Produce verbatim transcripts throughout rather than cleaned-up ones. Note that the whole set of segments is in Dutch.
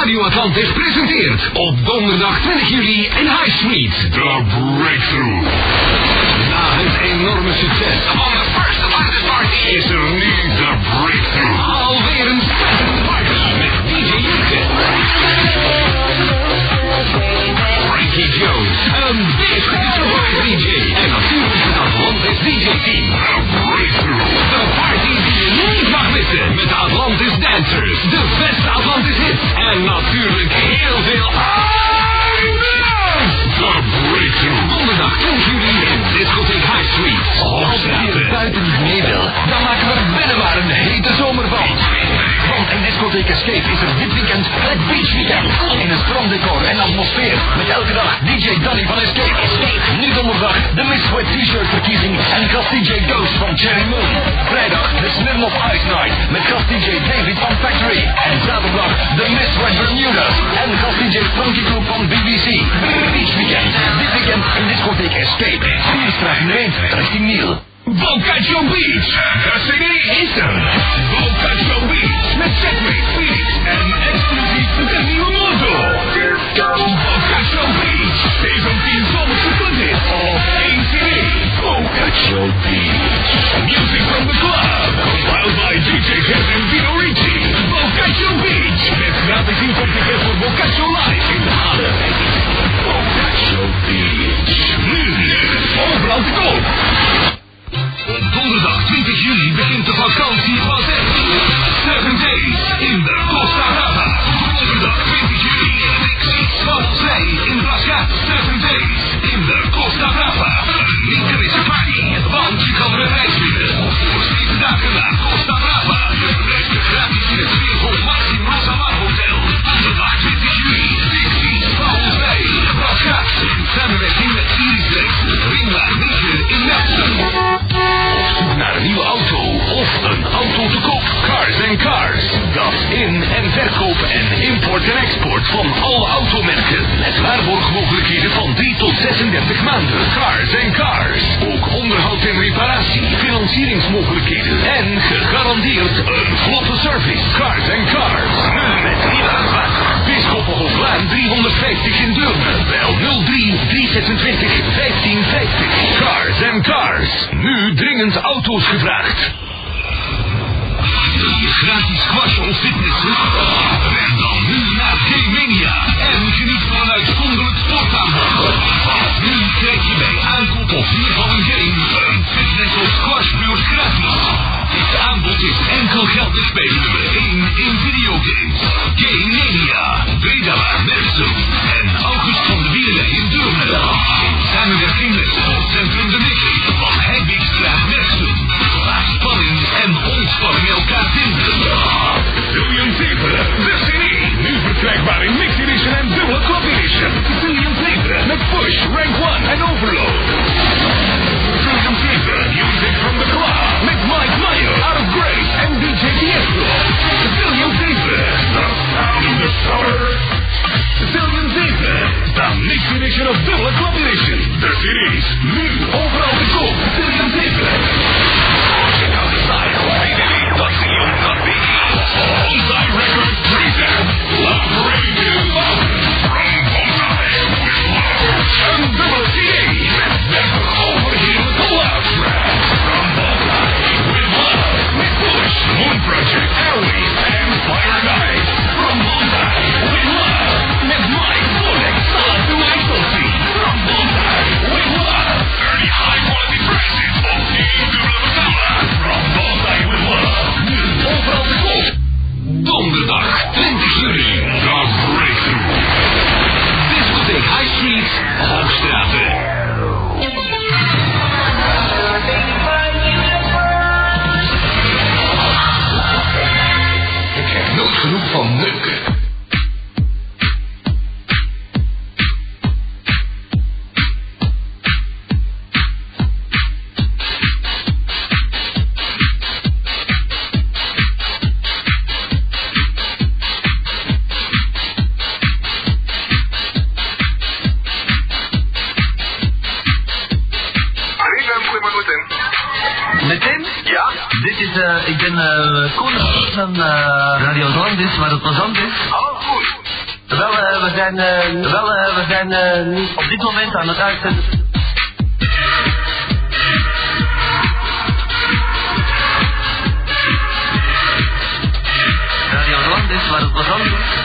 Radio Atlantis presenteert op donderdag twintig juli in High Street The Breakthrough. Na het enorme succes van de First Atlantis Party is er nu The Breakthrough. Alweer een spannende party met D J Jurke, Frankie Jones, een big surprise D J en natuurlijk het Atlantis D J-team. The Breakthrough. De party die je niet mag missen met de Atlantis Dancers, de beste Atlantis hits en natuurlijk heel veel The Breakthrough. Donderdag twintig juli in discotheek High Street. Als je hier buiten niet mee wil, dan maken we er binnen maar een hete zomer van. Want in discotheek Escape is er dit weekend het Beach Weekend. In een stranddecor en atmosfeer met elke dag D J Danny van Escape. Nu donderdag de Miss Sweat T-shirt verkiezing en gast D J Ghost van Cherry Moon. Vrijdag de Smirnoff Ice Night met gast D J David van Factory. En zaterdag de Miss Sweat Bermuda en gast D J Funky Group van B B C. Beach Weekend. Dit weekend in discotheek Escape. Vierstraat Neemt richting Niel. Bocacho Beach. De C D is er. Bocacho Beach. Met Segway, Phoenix en exclusief de nieuwe motor. Bocacho Beach. zeventien zomerse punten op één C D. Bocacho Beach. Music from the club. Compiled by D J Jeff en Vino Ricci. Bocacho Beach. Met gratis inkomticket voor Bocacho Live in de Halle. Bocacho Beach. Nu, overal te koop. Op donderdag twintig juli begint de vakantie van Seven Days in de Costa Brava. Donderdag twintig juli in Dixie, Zee in Blasca. Seven Days in de Costa Brava. Een linkse party, want je kan er een reis vinden. Voor zeven dagen naar Costa Brava. Je blijft je gratis in het Veergolf Maxim Rosamar Hotel. Donderdag twintig juli, Dixie, Zee, Blasca. In samenwerking met Iris Ringlaag negen in Nelson. Naar een nieuwe auto of een auto te koop. Cars and Cars. Dat in- en verkoop en import en export van alle automerken. Met waarborgmogelijkheden van drie tot zesendertig maanden. Cars and Cars. Ook onderhoud en reparatie. Financieringsmogelijkheden. En gegarandeerd een vlotte service. Cars and Cars. Nu met nieuwe aanvraag. Bisschoppenhoflaan driehonderdvijftig in Deurne. Bel nul drie driehonderdzesentwintig vijftien vijftig. Cars and Cars. Nu dringend auto's gevraagd. Wil je gratis squash of fitnessen? Ren dan nu naar G-Mania en geniet van een uitzonderlijk sportaanbod. Want nu krijg je bij aankoop of huur van een game een fitness of squashbeurt gratis. Dit aanbod is enkel geldig bij nummer één in videogames. G-Mania, Breda, Merksem en August van de Wierlei in Deurne. In samenwerking met Sportcentrum De Mickey van Heibigstraat Merksem. Waar spanning en ontspanning elkaar vinden. William zeven, de C D. Nu verkrijgbaar in Mixed Edition en dubbele Club Edition. William zeven met Push, Rank one en Overload. William zeven, Music from the Club met Mike Meyer, Out of Grace en D J Pietro. William zeven, The Sound of the Summer. William zeven, de Mixed Edition of dubbele Club Edition. De C D's, nu overal te koop. William zeven. Check out the site op w w w dot william dot b e. Bonsai Records present Love Radio Love from Bonsai with Love. Een dubbele C D met dertig overheerlijke love tracks from Bonsai with Love. Met Push, Moon Project, Airwaves en Fire Night. From Bonsai with Love. Met Mike, Folex, Salatu Excelsi. From Bonsai with Love. thirty high quality prices op één dubbele betalen. From Bonsai with Love. Nu overal te koop. Donderdag twintig juli. The Breakthrough. Discotheek High Street, Hoogstraten. Ik heb nooit genoeg van neuken. Meteen? Ja? Dit is, uh, ik ben uh, Koen van uh, Radio Atlantis, waar het plezant is. Oh, goed. Wel, uh, we zijn, uh, wel, uh, we zijn uh, niet op dit moment aan het uitzenden. Radio Holland is waar het plezant is.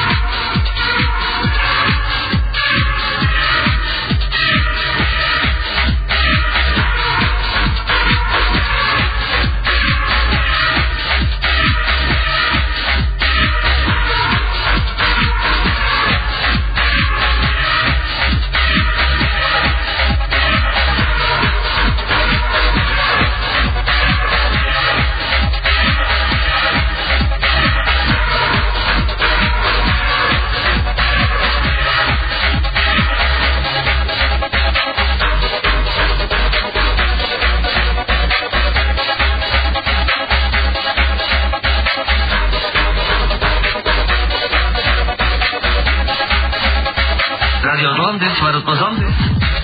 Radio Holland is waar het plezant is.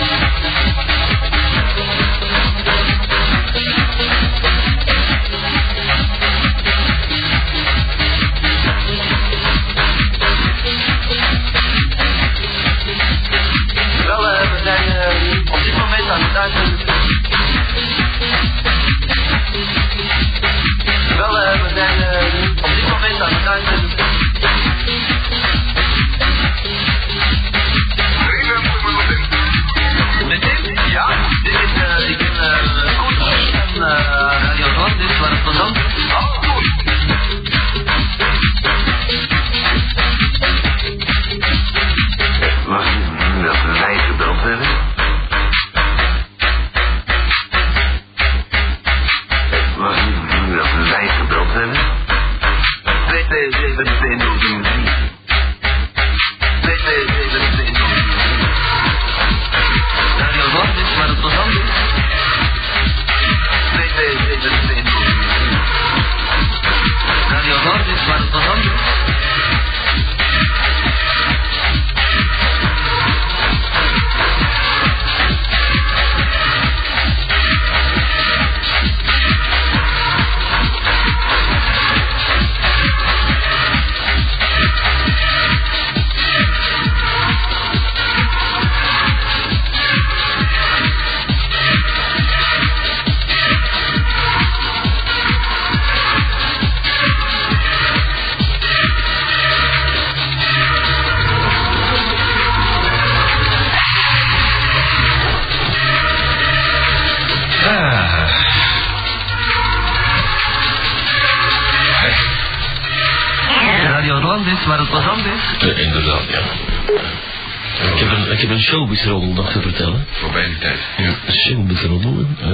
Wel, uh, we zijn uh, op dit moment aan het uitzenden. Wel, uh, we zijn uh, op dit moment aan het uitzenden. Ja, dit is, uh, ik ben uh, Koen en uh, Radio Holland is waar het plezant is. Oh, goed. Mag dat wij gebeld hebben? Mag dat wij gebeld hebben? twee twee zeven twee nul drie twee twee zeven twee nul drie Radio Holland is waar het plezant is. twee twee zeven twee nul drie Radio Holland is waar het plezant is. Radio Holland is waar het plezant is. Uh, inderdaad, ja. Ik heb een, ik heb een showbizroddel nog te vertellen. Voorbij die tijd. Ja, een showbizroddel. Uh,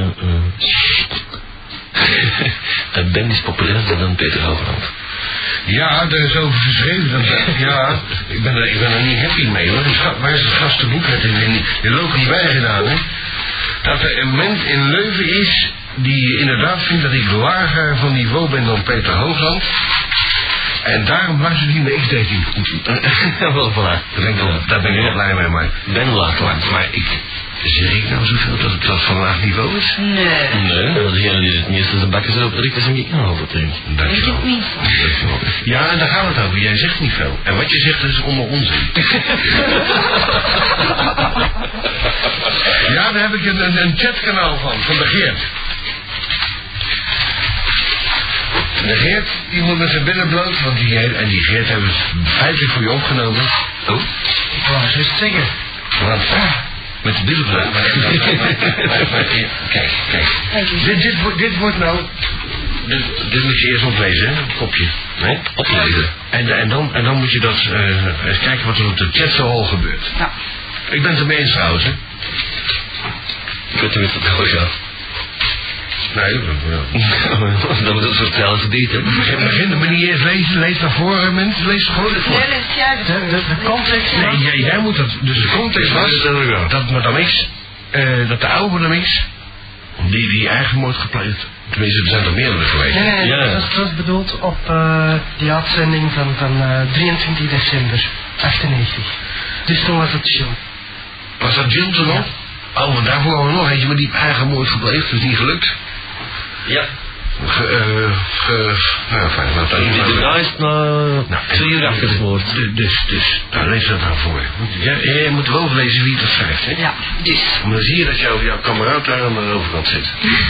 uh. Ben is populairder dan Peter Hoogland. Ja, daar is over geschreven. Dat, ja, ik ben, er, ik ben er niet happy mee hoor. Dus, waar is het gastenboek? Het in, in de loop niet bijgedaan hè. Dat er een mens in Leuven is die inderdaad vindt dat ik lager van niveau ben dan Peter Hoogland. En daarom luistert hij naar X dertien. Wel, voilà. Daar ben ik wel, daar ben ik wel blij mee, maar... Ben laag. Maar, maar ik... Zeg ik nou zoveel dat het wat van laag niveau is? Nee. Nee, dat degene die het meeste zijn bakken zo opdrukt is een beetje altijd denk ik. Dat Weet je het niet? Ja, en daar gaat het over. Jij zegt niet veel. En wat je zegt is onder onzin. Ja, daar heb ik een, een, een chatkanaal van, van de Geert. De Geert, die moet met zijn billen bloot, want die, en die Geert hebben het feitelijk voor je opgenomen. Oh? Ik wou eens eens zeggen. Wat? Met de billen bloot. Maar, maar, maar, maar, kijk, kijk. Dit, dit, wordt, dit wordt nou... Dit, dit moet je eerst oplezen, hè? Een kopje. Nee? Oplezen. En, en, dan, en dan moet je dat... Uh, eens kijken wat er op de chat zo al gebeurt. Ja. Ik ben het ermee eens trouwens, hè? Ik weet niet wat het nou ja. Nee, dat ja. Dat moet een soort zelfs beter. Begin, begin maar niet eens lezen, lees naar voren, mensen. Lees gewoon het voor. Nee, dat is juist. De, de, de context. Nee, jij, jij moet dat... Dus de context was dat Madame X... Uh, dat de oude Madame X... Die, die eigen moord gepleegd. Tenminste, er zijn er meerdere geweest. Nee, nee, Ja. dat was bedoeld op uh, die uitzending van, van uh, drieëntwintig december achtennegentig. Dus toen was het show. Was dat Jill toen nog? Oh, want daarvoor hadden we nog eentje, maar die heeft eigen moord gepleegd. Dat is niet gelukt. Ja. Ge, uh, ge, nou, fijn, laat dat niet De daarna is het maar twee uur afgesmoord. Dus, dus, nou, lees dat nou voor. Ja, jij moet wel lezen wie dat schrijft, hè? Ja, dus. Maar dan zie je dat jouw, jouw kameraad daar aan de overkant zit.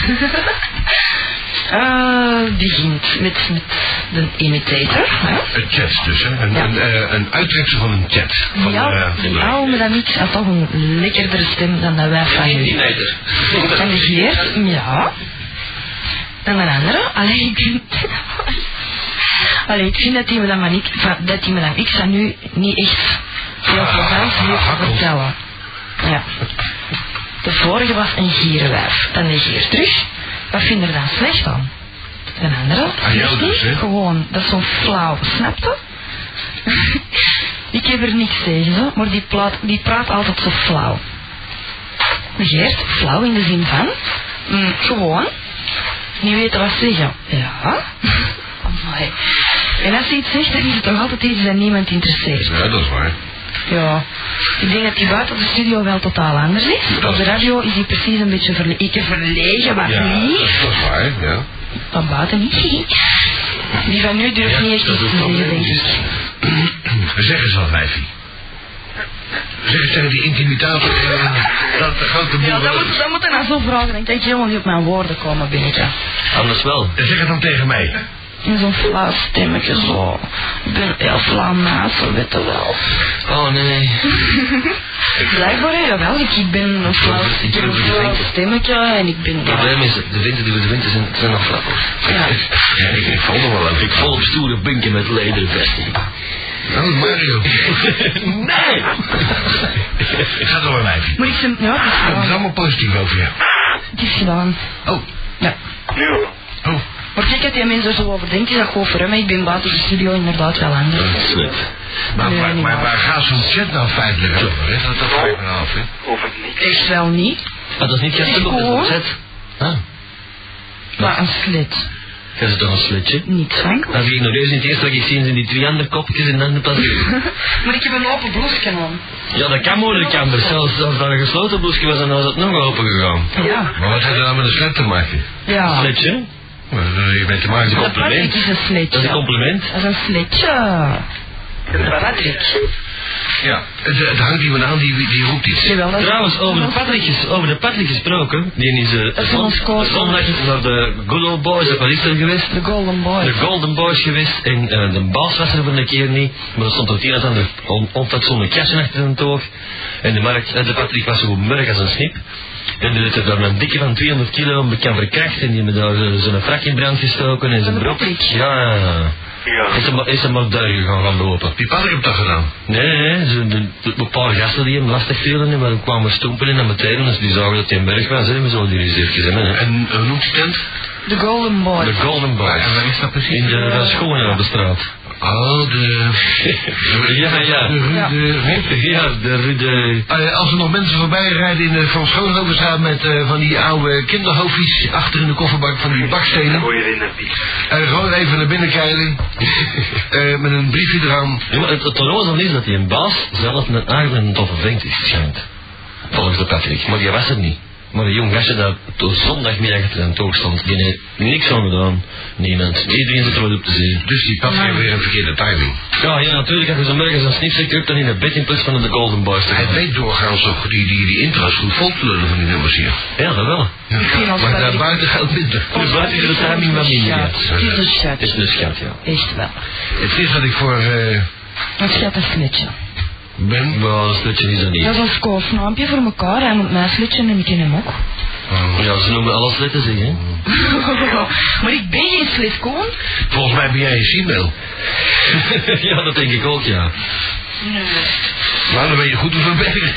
Uh, begint met, met de imitator. Hè? Een chat dus, hè? Een, Ja. een, uh, een uittreksel van een chat. Van, Ja, uh, die oude Madame X had toch een lekkerdere stem dan dat wij van nu. En de Geert, ja. Dan een andere. Allee, ik vind... Allee, ik vind dat die Madame X, dat die Madame X van nu niet echt veel plezant heeft te vertellen. Ja. De vorige was een gierenwijf. Dan de Geert terug. Wat vind je er dan slecht aan? Een andere? Aan jou dus, hè? Gewoon, dat is zo'n flauw, snap je? Ik heb er niks tegen, zo, maar die, plaat, die praat altijd zo flauw. Geert, flauw in de zin van, mm, gewoon, niet weten wat zeggen. Ja. Amai. En als hij iets zegt, dan is het toch altijd iets dat niemand interesseert. Ja, dat is waar. Ja, ik denk dat hij buiten de studio wel totaal anders is. Op de radio is hij precies een beetje verle ik verlegen, maar Ja, niet. dat is waar, ja. Van buiten niet. Die van nu durft niet echt iets te zeggen, denk ik. Zeg eens wat, wijfie. Zeg eens tegen die intimidator uh, dat de grote boel Ja, wel dat moet, is. dat moet er nou zo vragen. Ik denk helemaal niet op mijn woorden komen binnen. Anders wel. Zeg het dan tegen mij. In zo'n flauw stemmetje zo. Ik ben heel flauw naast, weet je wel. Oh nee. Blijkbaar, hè, jawel. Ik, ik ben een flauw, ik heb een flauw stemmetje en ik ben... Het probleem is, de winter die we de winter zijn, zijn nog flauw. Ja. Ja, ik, ik val er wel aan. Ik val op stoere binken met lederen vesting. Oh, Mario. Nee! Ga door, wijfie. Maar ik vind, ja, het is Het is gedaan. allemaal positief over jou. Het is gedaan. Oh, Ja. oh. Maar kijk, dat die mensen er zo over denken, is dat gewoon voor hem. Ik ben buiten de studio inderdaad wel anders. Slet. Maar, Nee, maar, niet maar waar. waar gaat zo'n chat nou feitelijk over? Hè? Dat, dat vraag ik me af, hè? Echt wel niet. Ah, dat is niet gasten op Gewoon? de zet. Ah, Maar een slet. dat is toch een sletje? Niets van. Als ik nog eens in het eerste wat ik zie zijn die twee andere kopjes in de andere plaats. Maar ik heb een open bloesje aan. Ja, dat kan moeilijk anders. Zelfs als dat een gesloten bloesje was, dan was het nog open gegaan. Ja. Maar wat heeft dat nou met een slet te maken? Ja. Sletje? Maar, uh, je bent te maken Dat met is een compliment. Patrick is een sletje. Dat is een compliment. Dat is een sletje. Patrick. Ja, het, het hangt iemand aan die, die roept iets. Jawel, dat is... Trouwens, over de Patrick, ges- over de Patrick gesproken, die is uh, Dat is ons coach. zondag naar de Good Old Boys, dat is er geweest. De Golden Boy. De Golden Boys geweest en uh, de baas was er voor een keer niet, maar er stond ook hier aan de on, onfatsoenlijk kastje achter zijn toog. En de, Mark, uh, de Patrick was zo murk als een snip. En die heeft daar een dikke van tweehonderd kilo een bekend verkracht en die hebben daar uh, zo'n frak in brand gestoken en zijn de broek. Patrick? Ja, is er maar, is er maar duidelijk gaan gaan lopen. Die Patrick heeft dat gedaan. Nee, nee, zo, de, de, een paar gasten die hem lastig vielen, maar dan kwamen stoempen in en meteen, dus die zagen dat hij een berg was, hè, met zo'n dirigeertjes. Hè. En hoe noemt die tent? De Golden Boy. De Golden Boys. En waar is dat precies? In de uh, schoenen op de straat. Oh, de... Ja, ja. De Rude... Ja, de Rude... Uh, als er nog mensen voorbij rijden in de Van Schoonhovenstraat met uh, van die oude kinderhoofdjes achter in de kofferbak van die bakstenen. Gooi je in een piek. En gewoon even naar binnen kijken. uh, met een briefje eraan. Ja, maar het, het onnozel is dat hij een baas zelf een aardig en toffe vent is, schijnt. Volgens de Patrick. Maar die was er niet. Maar een jong gastje dat tot zondagmiddag achter een toog stond, die heeft niks aan gedaan. Niemand. Iedereen zit er wat op te zien. Dus die Patrick heeft weer een verkeerde timing. Ja, ja, natuurlijk, als je zo morgens een snipstuk hebt, dan in de bed in plaats van de Golden Boys te Hij gaan. weet doorgaans ook die, die, die intro's goed vol te lullen van die nummers hier. Ja, dat wel. Ja. vind als Maar Patrick- daarbuiten gaat minder. Dus buiten is de timing wat minder gaat. Het is een schat. Het is een schat, ja. Echt wel. Het is dat ik voor uh, Een schat een sletje. ben. Maar dat sletje is er niet. Dat is een koosnaampje voor elkaar. Hij moet mijn sletje en ik in hem ook. Oh. Ja, ze noemen alles letten zich, hè. Maar ik ben geen sletkoon. Volgens mij ben jij een Siemel. Ja, dat denk ik ook, ja. Nou, dan ben je goed op een berg.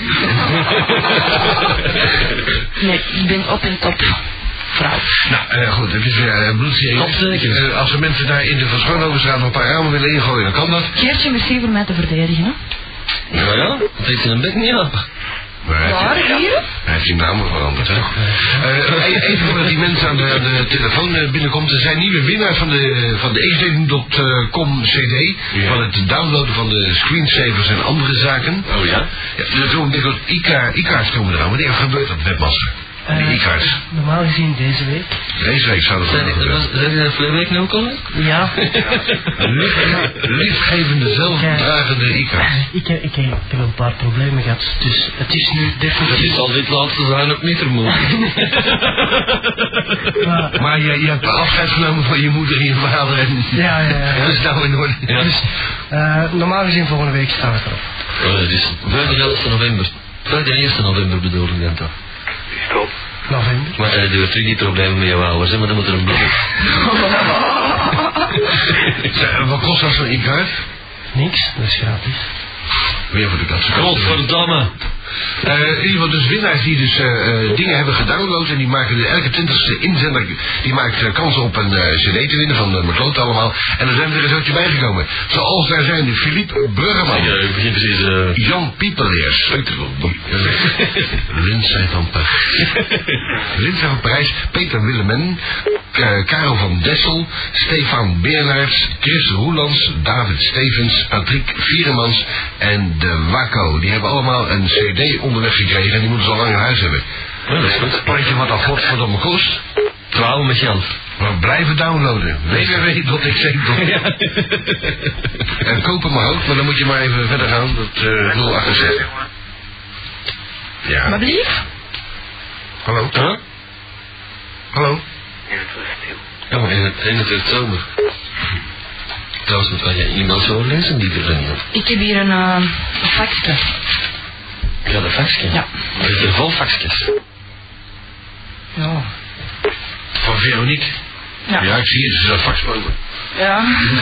Nee, ik ben op en top vrouw. Nou, uh, goed, het is weer uh, bloedserieus. Topzeker. Uh, als er mensen daar in de Van Schoonhovenstraat nog een paar ramen willen ingooien, dan kan dat. Geertje, merci voor mij te verdedigen. Hè? Ja, ja, dat heeft zijn bek niet op. Maar hij heeft- Waar, hier? Hij heeft zijn naam veranderd, hè. Uh, e- even voordat die mensen aan de, aan de telefoon uh, binnenkomt. Er zijn nieuwe winnaars van de, van de x dating punt com C D. Ja. Van het downloaden van de screensavers en andere zaken. Oh ja? Ja, er komen binnenkort I K Ica's komen eraan. Wanneer gebeurt dat, webmaster? Die Eh, e-cards. Normaal gezien deze week. Deze week zou dat Zijn wel die gebeuren. zijn die er vorige week nu ook al? Ja. Lief- Liefgevende, zelfdragende e-cards. Ik, heb- ik, heb- ik heb een paar problemen gehad, dus het is nu Dat definitief. is al dit laatste zijn ook niet vermoed. Maar, Maar je, je hebt afscheid genomen van je moeder en je vader en... ja, ja, ja. Dat is nou in orde. Ja. Dus, eh, normaal gezien volgende week staat het erop. Oh, het is voor de elfde november. Voor de eerste november bedoel ik dan toch. Stop. November. Maar hij doet terug die problemen met jouw ouders, hè, maar dan moet er een blok. Zeg, wat kost dat zo'n e-card? Niks, dat is gratis. Weer voor de katse kast. Godverdamme. Eh, in ieder geval dus winnaars die dus eh, eh, dingen hebben gedownload en die maken de, elke twintigste inzender die maakt eh, kans op een eh, cd te winnen van de McCloud allemaal. En er zijn er een zootje bijgekomen. Zoals daar zijn de Philippe Bruggeman, Ja, ik begin precies... Uh... Jan Piepeleers, Lindsay van Parijs, Lindsay van Parijs, Peter Willemen, K- Karel van Dessel, Stefan Beernaerts, Chris Roelands, David Stevens, Patrick Vieremans en de Wakko. Die hebben allemaal een cd onderweg gekregen en die moeten ze al lang in huis hebben. Ja, dat is goed. Weet je wat dat godverdomme kost? Trouw met geld. Maar blijven downloaden. w w w punt x c punt n l En kopen maar ook, maar dan moet je maar even verder gaan. Dat uh, nul achtenzestig. Ja. Maar blief? Hallo? Huh? Hallo? Ja, maar in het eenentwintigste zomer. Trouwens, moet wel je e-mail zo lezen, die er zijn. Ik heb hier een, uh, een faxje. Ja, de faxje. Ja. Dat is hier vol faxjes. Ja. Van Veronique. Ja. Ja, ik zie het, ze is aan fax boven. Ja.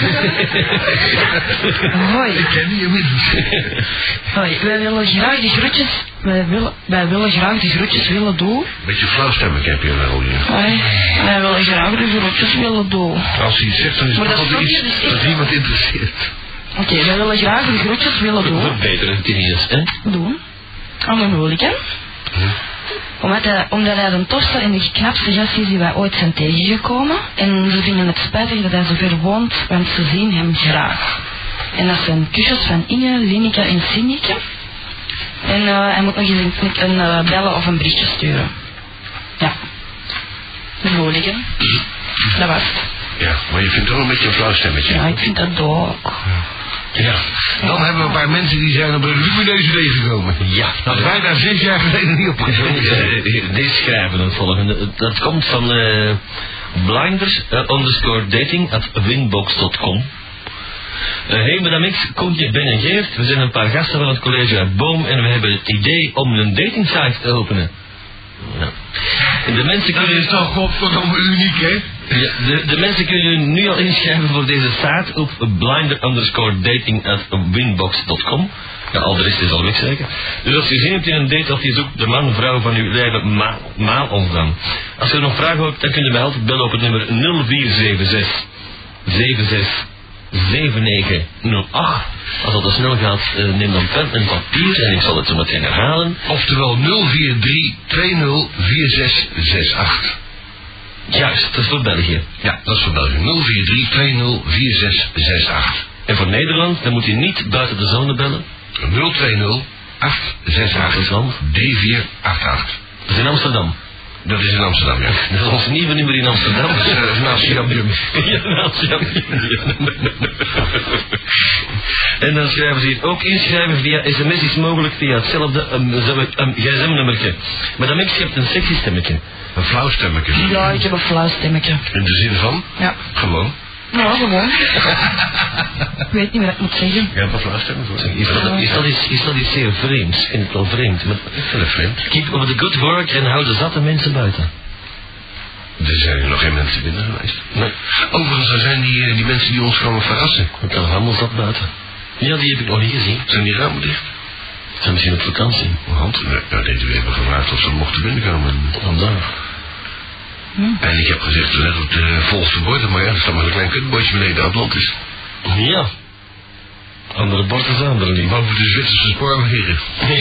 Hoi. Ik ken die inmiddels. Hoi. Wij willen graag die groetjes, wij willen, wij willen graag die groetjes willen doen. Beetje flauw stemmen heb je wel hier. Hoi. Wij willen graag die groetjes willen doen. Als hij iets zegt, dan is Maar het dat altijd snap iets je dus echt. dat iemand interesseert. Oké, okay, wij willen graag die groetjes willen doen. Verbeteren het niet eens, hè? Doen. Aan mijn huwelijken. Omdat hij, omdat hij de tofste en de knapste gast is die wij ooit zijn tegengekomen. En ze vinden het spijtig dat hij zo ver woont, want ze zien hem graag. En dat zijn kusjes van Inge, Lineke en Sineke. En uh, hij moet nog eens een, een uh, bellen of een berichtje sturen. Ja. De huwelijken. Dat was het. Ja, maar je vindt toch een beetje een flauw stemmetje. Ja, ik vind dat ook. Ja. Dan hebben we een paar mensen die zijn op een lumineuze idee gekomen. Ja. Dat wij daar zes jaar geleden niet op gekomen zijn. Deze schrijven het volgende. Dat komt van uh, blinders uh, underscore dating at winbox dot com. Uh, hey madame X, Koentje, Ben en Geert. We zijn een paar gasten van het college uit Boom en we hebben het idee om een datingsite te openen. Ja. De mensen Dat kunnen... is toch godverdomme uniek, hè? Ja, de, de mensen kunnen nu al inschrijven voor deze site op blinder underscore dating at winbox dot com. Ja, al de rest is al weg zeker. Dus als je zin hebt in een date of je zoekt de man, vrouw van uw leven, ma maal ons dan. Als je nog vragen hebt, dan kun je mij altijd bellen op het nummer nul vier zeven zes zeven zes zeven negen nul acht. Als dat te snel gaat, uh, neem dan pen en papier en ik zal het zo meteen herhalen. Oftewel nul vier drie twee nul vier zes zes acht. Juist, dat is voor België. Ja, dat is voor België. nul vier drie twee nul vier zes zes acht. En voor Nederland, dan moet je niet buiten de zone bellen. nul twee nul acht zes acht D vier acht acht. Dat is in Amsterdam. Dat is in Amsterdam, ja. Dat is ons nieuwe nummer in Amsterdam. Dat is uh, naast Jambium. Ja, naast Jambium. En dan schrijven ze hier ook inschrijven via sms is mogelijk via hetzelfde um, um, gsm-nummertje. Maar dan heb je hebt een sexy stemmetje. Een flauw stemmetje. Ja, ik heb een flauw stemmetje. In de zin van? Ja. Gewoon. Ja, gewoon. Ik weet niet wat ik moet zeggen. Je hebt een flauw stemmetje voor. Is dat, is, dat iets, is dat iets zeer vreemds? Ik vind het wel vreemd. Maar Ik vind het vreemd. keep up the good work en hou de zatte mensen buiten. Er zijn er nog geen mensen binnen geweest. Nee. Overigens, er zijn die, die mensen die ons komen verrassen. Ik kan allemaal zat buiten. Ja, die heb ik nog niet gezien. Zijn die ramen dicht? Ze zijn misschien op vakantie. Want, nou, deze we hebben gevraagd of ze mochten binnenkomen. Vandaag. En ik heb gezegd, let op de volgende borden, maar ja, er staat maar een klein kutbordje beneden Atlantis. Ja. Andere borden zijn er niet. Boven de Zwitserse spoorwegen.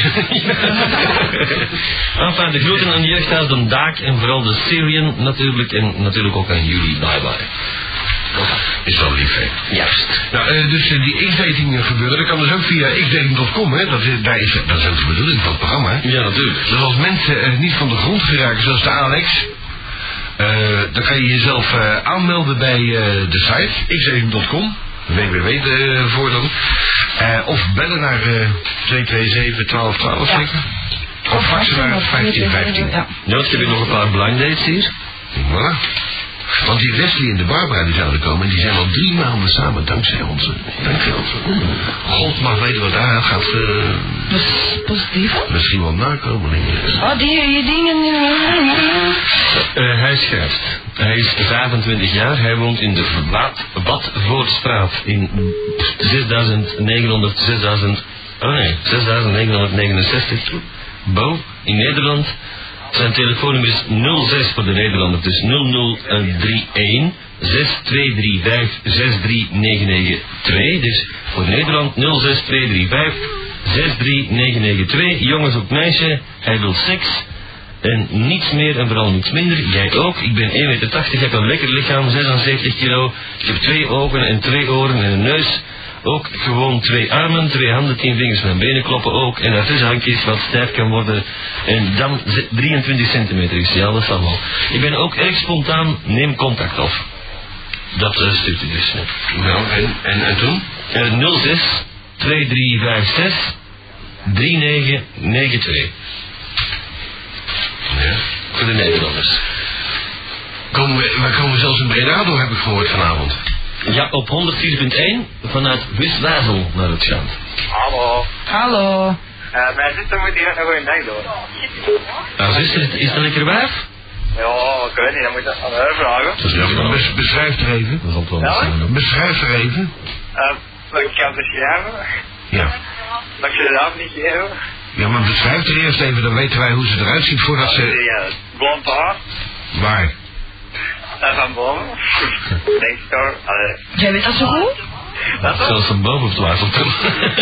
Enfin, de groeten aan de jeugdhuis de Daak en vooral de Syrian natuurlijk en natuurlijk ook aan jullie. Bye bye. Is wel lief, hè? Juist. Nou, uh, dus uh, die X-dating gebeuren, dat kan dus ook via x dating punt com, hè? Dat is, daar is, dat is ook de bedoeling van het programma, hè? Ja, natuurlijk. Dus als mensen uh, niet van de grond geraken, zoals de Alex, uh, dan kan je jezelf uh, aanmelden bij uh, de site x dating punt com, w w w uh, voor dan. Uh, of bellen naar uh, twee twee zeven, twaalf twaalf, Ja. zeker? Of faxen naar vijftien vijftien. Ja. Ja, ik heb hier nog een paar blind dates hier. Voilà. Want die Leslie en de Barbara die zouden komen, en die zijn al drie maanden samen dankzij ons. Dankzij ons. God mag weten wat daar gaat. Uh, Dus positief. misschien wel nakomelingen. Oh, die, die dingen. Uh, hij schrijft. Hij is vijfentwintig jaar. Hij woont in de Wat- Watvoortstraat in zesduizend negenhonderd, zesduizend, oh nee, zesduizend negenhonderdnegenenzestig. Bo, in Nederland. Zijn telefoonnummer is nul zes voor de Nederlander, dus nul nul drie een zes twee drie vijf zes drie negen negen twee. Dus voor Nederland nul zes twee drie vijf zes drie negen negen twee. Jongens op meisje, hij wil seks. En niets meer en vooral niets minder. Jij ook. Ik ben één meter tachtig, heb een lekker lichaam, zesenzeventig kilo. Ik heb twee ogen en twee oren en een neus. Ook gewoon twee armen, twee handen, tien vingers met benen kloppen ook. En daartussen handjes wat stijf kan worden. En dan drieëntwintig centimeter is. Ja, dat zal wel. Ik ben ook erg spontaan, neem contact op. Dat uh, stuurt u dus. Nou, en, en, en toen? Uh, nul zes twee drie vijf zes drie negen negen twee. Ja. Voor de Nederlanders. Komen we, wij komen zelfs in Breda door, heb ik gehoord vanavond. Ja, op honderdvier punt één vanuit Westwazel naar het gaan. Hallo. Hallo. Uh, mijn zuster moet hier nog een dag door. Nou, zuster, is dat lekker wijf? Ja, ik weet niet, dan moet je aan haar vragen. Ja, maar bes, beschrijf er even. Dat zal wel Ja? zijn. Beschrijf er even. Uh, wat ik kan beschrijven. Ja. Dat ik ze zelf niet geven. Ja, maar beschrijf er eerst even, dan weten wij hoe ze eruit ziet voordat ze... Ja, blond haar. Waar? En van boven. Denk ik toch. Allee. Jij weet dat zo goed? Dat toch? Zelfs van boven op twijfel toch?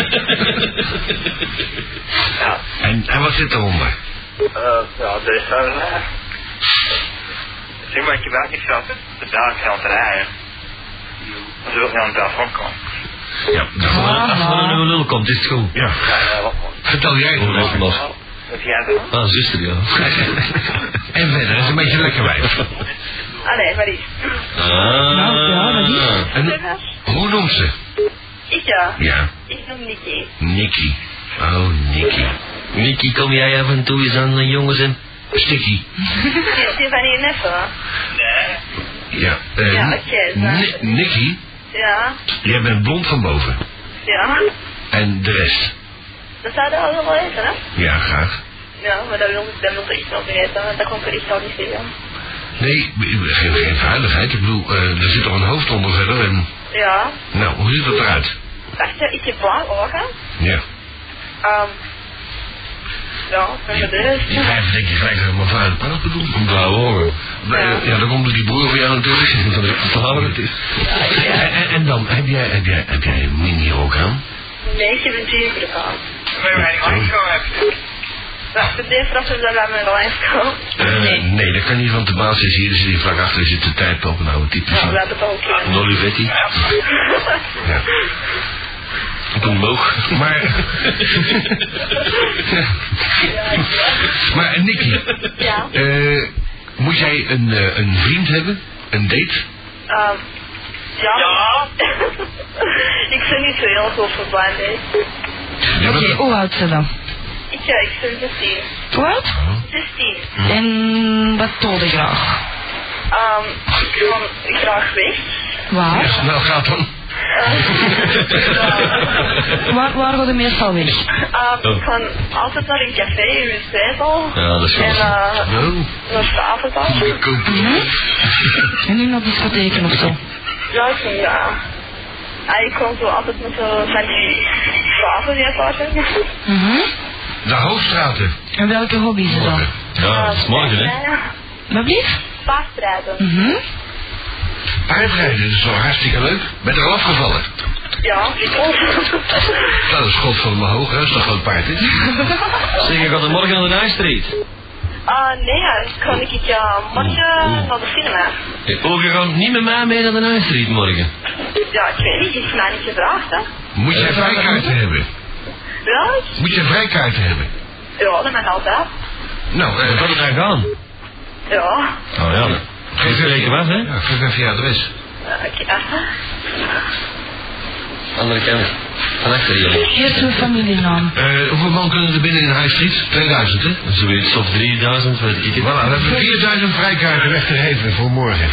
Ja. En, en wat zit eronder? Uh, ja, dat is wel... Uh, zeg maar, ik heb eigenlijk niet gehad. De dag gaan te rijden. Ze wil niet aan de telefoon komen. Ja, daarvoor. Als er een nieuwe lul komt, is het goed. Ja. Ja, ja, wat man. Vertel jij het Oh, los, maar. los. Wat jij doen? Ah, zuster, ja. En verder, is een beetje lekker wijf. Allee, wat is? Ah. Nou, ja, dat is. En hoe noemt ze? Ik ja. Ja, Ik noem Nicky. Nicky. Oh, Nicky. Nicky, kom jij af en toe eens aan de jongens en... Sticky. Is die van je neffen? Nee. Ja, eh, Ja, oké, Ni- Nicky, Ja. jij bent blond van boven. Ja. En de rest? Dat zou je allemaal weten, hè? Ja, graag. Ja, maar dat wil, dat wil ik echt wel weten, want dat komt er echt al niet veel. Nee, geen, geen veiligheid. Ik bedoel, uh, er zit toch een hoofd onder verder en... Ja. Nou, hoe ziet dat eruit? Wacht, ik heb blauwe ogen. Ja. Um, ja, en de rest. Je vijf denk je gelijk dat ik mijn vuile praat bedoel. Blauwe ogen. Ja. ja, dan komt er die broer van jou natuurlijk. Dat is flauw het is. En, en, en dan, heb jij, heb jij, heb jij een mini-rok aan? Nee, ik heb een jeugd aan. Maar wij niet aangekomen. Wacht, de deze dat we dan aan mijn lijn komen. Uh, Nee. nee, dat kan niet, want de baas is hier, dus die vlak achter zit de tijd op een oude type. Nou, we hebben het al een keer. Een Olivetti. Ja. Op een boog. Maar... maar Nicky, Ja. uh, moet jij een, uh, een vriend hebben? Een date? Um, ja. Ja. Ik ben niet zo heel veel voor blind date. Ja, Oké, dat- hoe oud ze dan? Ik, ja, ik ben zestien. Hoe oud? zestien. En wat doe je graag? Um, ik kan graag weg. Waar? Ja, nou gaat dan. Waar, waar ga je meestal weg? Um, ik ga altijd naar een café in mijn zetel. Ja, dat is En goed. uh, Nou, naar Stapeltas. koop En nu naar discotheken of zo? Ja, ik vind ja. Ah, ik kom zo altijd met zo van die slaven die het Mhm. de hoofdstraten. En welke hobby is het dan? Ja, dat is morgen, hè. Wat blieft? Paardrijden. Mhm. Paardrijden, dat is wel hartstikke leuk. Ben er al afgevallen? Ja, ik kom. Nou, dat is god van mijn hoog, hè, als dat gewoon paard is. Zeg, je gaat er morgen naar de High Street. Ah, nee, ja, kan ik ja, morgen naar de cinema. Oh, je gaat niet met mij mee naar de High Street morgen? Ja, ik weet niet, is mij niet gevraagd, hè. Moet jij vrijkaarten hebben? Ja? Moet je vrijkaarten hebben? Ja, dat mag altijd. Nou, eh... Kan het dan gaan? Ja. Oh ja, geef even spreken was, hè? Ja, geef even je adres. Oké, aha. Andere kant. Van achter jullie. Eerst uw familienaam. Uh, hoeveel man kunnen er binnen in de High Street? tweeduizend, hè? Zoiets, of drieduizend, weet ik niet. Voilà, we hebben vierduizend vrijkaarten weg te geven voor morgen.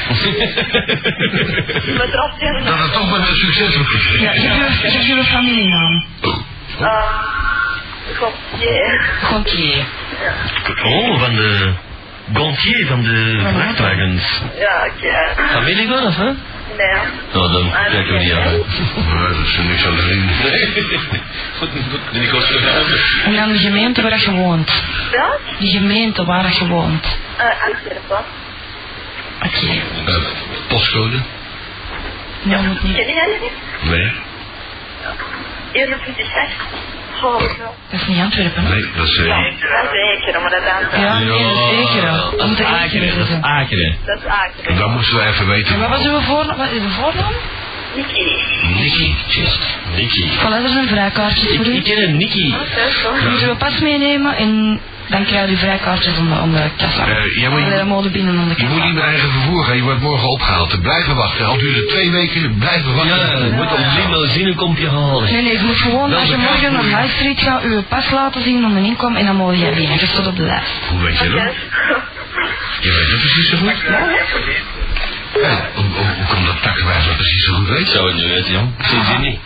Dat het toch maar een succes wordt. Ja, geef uw familienaam. Uh, Gontier. Gontier. Oh, van de... Gontier van de vrachtwagens. Ja, oké. Familie van, of hè? Nee. Nou, dan kijken we niet aan. Nou, dat is er niks aan te zien. Nee. Goed, goed. En ik was vergaan. En dan de gemeente waar je woont. Wat? De gemeente waar je woont. Eh, Antwerpen. Oké. Uh, postcode? Nee, moet niet. Ken jij dat niet? Nee. eenentwintig zes. Oh, Dat is niet Antwerpen, hè? Nee, dat is... Uh... Ja, dat is zeker, maar dat is Antwerpen. Ja, nee, dat is zeker. Dat moet Akeren, dat is Akeren. Dat is Akeren. Dan moesten we even weten. En wat was uw voornaam? Wat is uw voornaam? Nicky. Nicky, just. Nicky. Voilà, er zijn vrijkaartjes voor Ik, u. ik ken een Nicky. Je moet uw pas meenemen en dan krijg je vrijkaartjes om de, om de kassa. Uh, ja, maar je, de mode binnen om de je moet niet met eigen vervoer gaan, je wordt morgen opgehaald. Blijven wachten, al duurt het twee weken, blijven wachten. Ja, je moet een limousine komt je halen. Nee, nee, je moet gewoon, als je morgen naar High Street gaat, uw pas laten zien om de inkom en dan moet je binnen. Je staat op de lijst. Hoe weet je dat? Je weet het precies zo goed? Hey, hoe, hoe, hoe komt dat takkenwijs dat precies zo goed weet? Ik zou het niet weten, Jan. Zie je niet.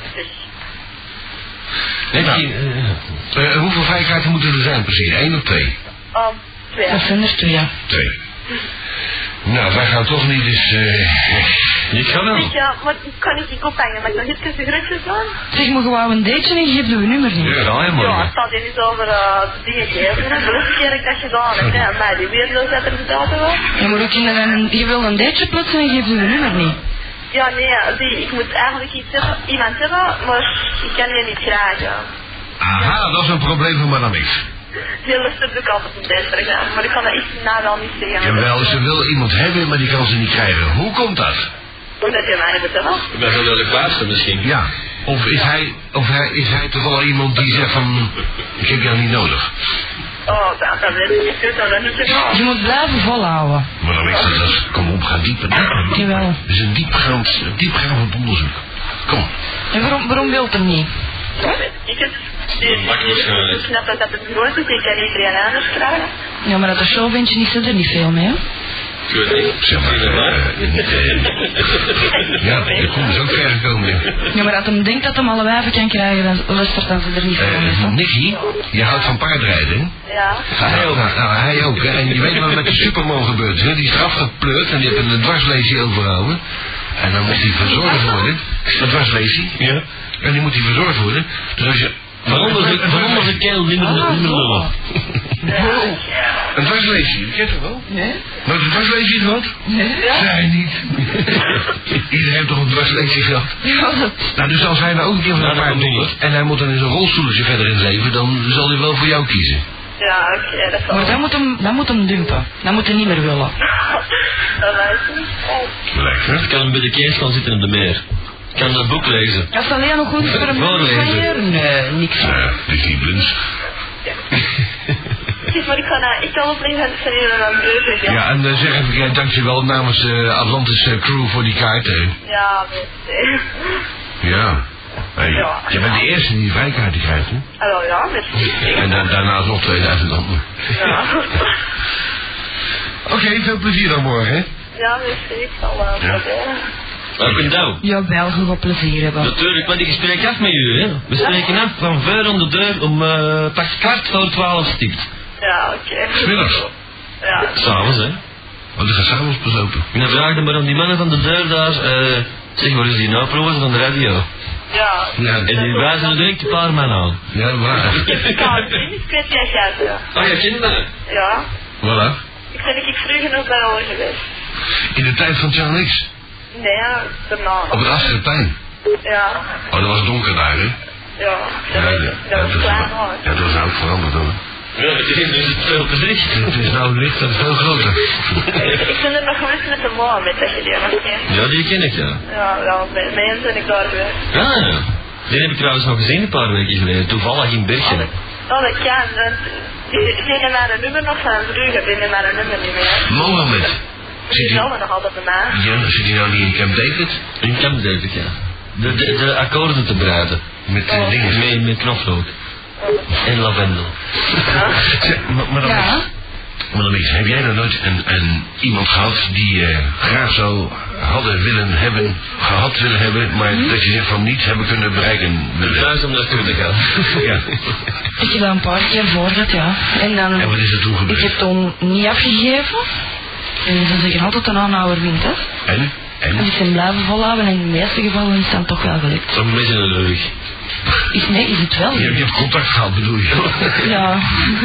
Nee, Nou, die, uh, uh, hoeveel vrijkaarten moeten er zijn precies? Eén of twee? Um, twee. Dat zijn er twee. Twee. Nou, wij gaan toch niet eens... Uh... ik ga wel. Ja, maar kan ik niet ophangen, maar ik nog iets sigaretjes aan? Zeg maar gewoon een dateje en geef je nummer niet. Ja, ja, Ja, morgen. het staat hier niet over uh, dingen geven. De laatste keer dat ik dat gedaan heb, hè, mij die weerloos dat er gedaan hebben. Je moet ook in een, je wil een dateje plotsen en geef je nummer niet. Ja, nee, die, ik moet eigenlijk iets hebben, iemand hebben, maar ik kan je niet krijgen. Aha, dat is een probleem van Madame X. Die luistert ook altijd op deze programma, maar ik kan dat iets na wel niet zeggen. Jawel, ze wil iemand hebben, maar die kan ze niet krijgen. Hoe komt dat? Omdat je mij niet betellen. Ik ben wel de kwaadste misschien. Ja. Of is hij, of hij, is hij toch wel iemand die zegt van, ik heb jou niet nodig? Oh, dat, dat weet ik niet, ik zou dat niet zeggen. Je moet blijven volhouden. Maar dan is dat, dat is, kom op, ga dieper, dieper. Jawel. Het is een diepgaand, diepgaand onderzoek. Kom. En waarom, waarom wilt het niet? Dat weet ik het. Ik snap dat dat het groot is, ik kan iedereen anders krijgen. Ja, maar dat de show vind je niet, zit er niet veel mee, hè? Ik weet niet. Zeg maar, uh, uh, ja, de koe is ook ver gekomen. Ja. Ja, maar als hem denkt dat hem alle wijven kan krijgen, dan luistert dan ze er niet veel mee. Uh, hè? Nicky, je houdt van paardrijden, hè? Ja. Hij ook. Nou, nou, hij ook. Hè? En je weet wat er met de Superman gebeurt. Hè? Die is eraf gepleurd en die heeft een dwarslesie overhouden. En dan moet hij verzorgd worden. Een dwarslesie. Ja. En die moet hij verzorgd worden. Dus als je... Van onder de, van onder de keel, niet meer niet meer lullen. Een dwarslesie, dat kent je wel? Nee? Nooit een dwarslesie gehad? Nee? Zij niet. Iedereen heeft toch een dwarslesie gehad? Ja, dat... Nou, dus als hij nou ook een keer van een Nou, dat paard komt niet. doet en hij moet dan in zijn rolstoeltje verder in het leven, dan zal hij wel voor jou kiezen. Ja, oké, okay, dat is wel. Maar dan moet, hem, dan moet hem dumpen. Dan moet hij niet meer willen. Dat weet ik niet. Lekker. Ik kan bij de kees gaan zitten op de meer. Ik kan dat boek lezen. Dat is alleen nog goed voor een Voorlezen. Nee, niks. Ja, die is niet blind. Kijk, maar ik kan, uh, ik kan op links en van hier naar Breuken gaan. Ja, en uh, zeg even, ja, dankjewel namens de uh, Atlantis uh, crew voor die kaart, hè. Ja, merci. Ja. Hey, Ja. je bent de eerste die die vrijkaart krijgt, hè? Ah, wel, ja, merci. En dan, daarnaast nog tweeduizend anderen. Ja. Oké, okay, veel plezier dan morgen, hè? Ja, merci, ik zal uh, Ja. proberen. Welk een douw. Jawel, je gaat plezier hebben. Natuurlijk, want ik spreek af met u, hè. We spreken af van voor om de deur om uh, pas kwart voor twaalf stipt. Ja, oké. Okay. Smiddags. Ja. S'avonds, hè. Want ik ga s'avonds pas open. En dan vraag je maar aan die mannen van de deur daar, uh, zeg, waar is die nou proeven van de radio? Ja. Ja, En die wijzen er direct een paar man aan. ja, waar. Ik kan het niet, ik weet jij gaat, ja. Oh, je kent dat? Ja. Voilà. Ik ben ik vroeger nog bij al geweest. In de tijd van John X. Nee, ja, daarna. Op het Asserplein. Ja. Oh, dat was donker daar, hè? Ja. Ja, Dat ja, was, ja, dat was dat klein was, hoor. ja, dat was ook veranderd, hoor. Ja, het is dus het veel te dicht. Het is nou licht en veel groter. Ik ben er nog geweest met de Mohammed, dat je die nog kent. Ja, die ken ik, ja. Ja, ja, met mij ben ik daar geweest. Ja, ja. Die heb ik trouwens nog gezien een paar weken geleden, toevallig in Bergen. Oh, dat kan, want die nemen maar een nummer nog van vroeger, die nemen maar een nummer niet meer. Mohammed. Die Zit is hij, wel nog altijd bij mij. ja, zit hij nou niet in Camp David? In Camp David, ja. De, de, de akkoorden te breiden. Met uh, Oh. dingen. Met, met knoflook. En lavendel. Zeg, maar, maar dan Ja. Maar dan is, heb jij nou nooit een, een, iemand gehad die uh, graag zou hadden willen hebben, gehad willen hebben, maar Hm? dat je zegt van niets hebben kunnen bereiken? Thuis om naartoe te gaan. Ja. Ik heb dat een paar keer voor gehad, ja. En dan... En wat is er toen Ik gebeurd? heb toen niet afgegeven. En ze zeggen altijd een aanhouwer wint, hè. En? En? En ik ben blijven volhouden en in de meeste gevallen is het dan toch wel gelukt. Zo'n beetje een rug. Is, nee, is het wel. Je, je hebt contact gehad, bedoel je? Ja.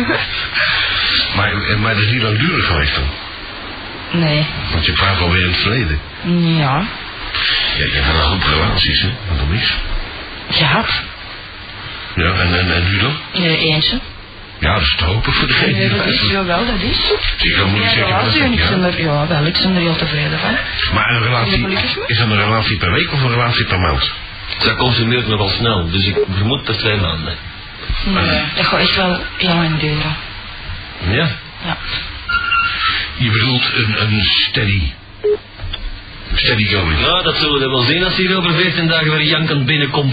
maar, maar dat is niet langdurig geweest dan? Nee. Want je praat alweer in het verleden. Ja. Ja, je hebt een hoop relaties, hè? Wat dan is? Gehad. Ja, en, en, en nu dan? Nee, eentje. Ja, dat is te hopen voor degene Nee, die dat is, luistert. jawel, dat is. Dus ik kan moeilijk Ja, zeggen wat relatie en ik ja. ben er, ja, wel, ik ben er heel tevreden van. Maar een relatie, is dat een relatie per week of een relatie per maand? Dat consumeert nogal snel, dus ik vermoed per twee maanden. Nee, dat gaat echt wel heel lang duren. Ja. Ja. Je bedoelt een, een steady, steady going. Nou, dat zullen we wel zien als hij hier over veertien dagen weer jankend binnenkomt.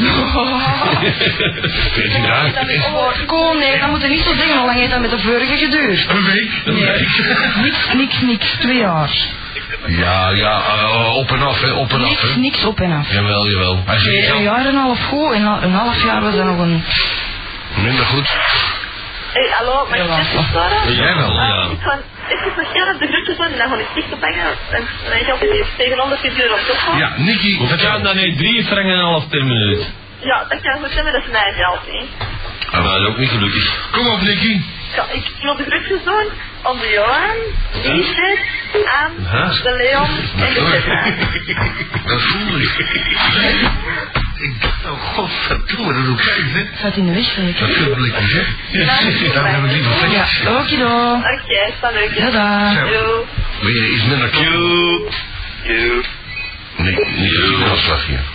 veertien dagen? Oh, kom, nee, dat moet je niet zo zeggen. Hoe lang heeft dat met de vorige geduurd? Een week? Een Nee. week? Niks, niks, niks. Twee jaar. Ja, ja, uh, op en af, hè, op en af, Niks, hè. niks op en af. Jawel, jawel. Hij Nee, zegt een zo, jaar en een half goed en een half jaar was dat nog een... minder goed. Hé, hey, hallo, mag ik Ja, even storen? Jij wel, ja. Ik ga even nog heel op de groetjes doen en dan ga ik sticht ophangen. En dan is ook tegen honderd euro op toch? Ja, Nicky, Hoe vertel. gaat dat nu? Drie franken en een half per minuut. Ja, dat kan goed zijn, maar dat is mijn geld niet. Ah, maar dat is ook niet gelukkig. Kom op, Nicky. Ja, ik wil de groetjes doen aan de Johan, Lisbeth, aan Haast. de Leon en de Tessa. Dat voelde ik. Ik dacht, oh godverdomme, dat doe ik kijken, hè. Gaat in de weg, zeker? Dat vind ik niet, hè. Daar hebben we liever Ja, vetjes. okido. Oké, is dat leuk. Tada. Yo. Wil je iets minder klap? Yo. Nee, niet zo'n afslag hier.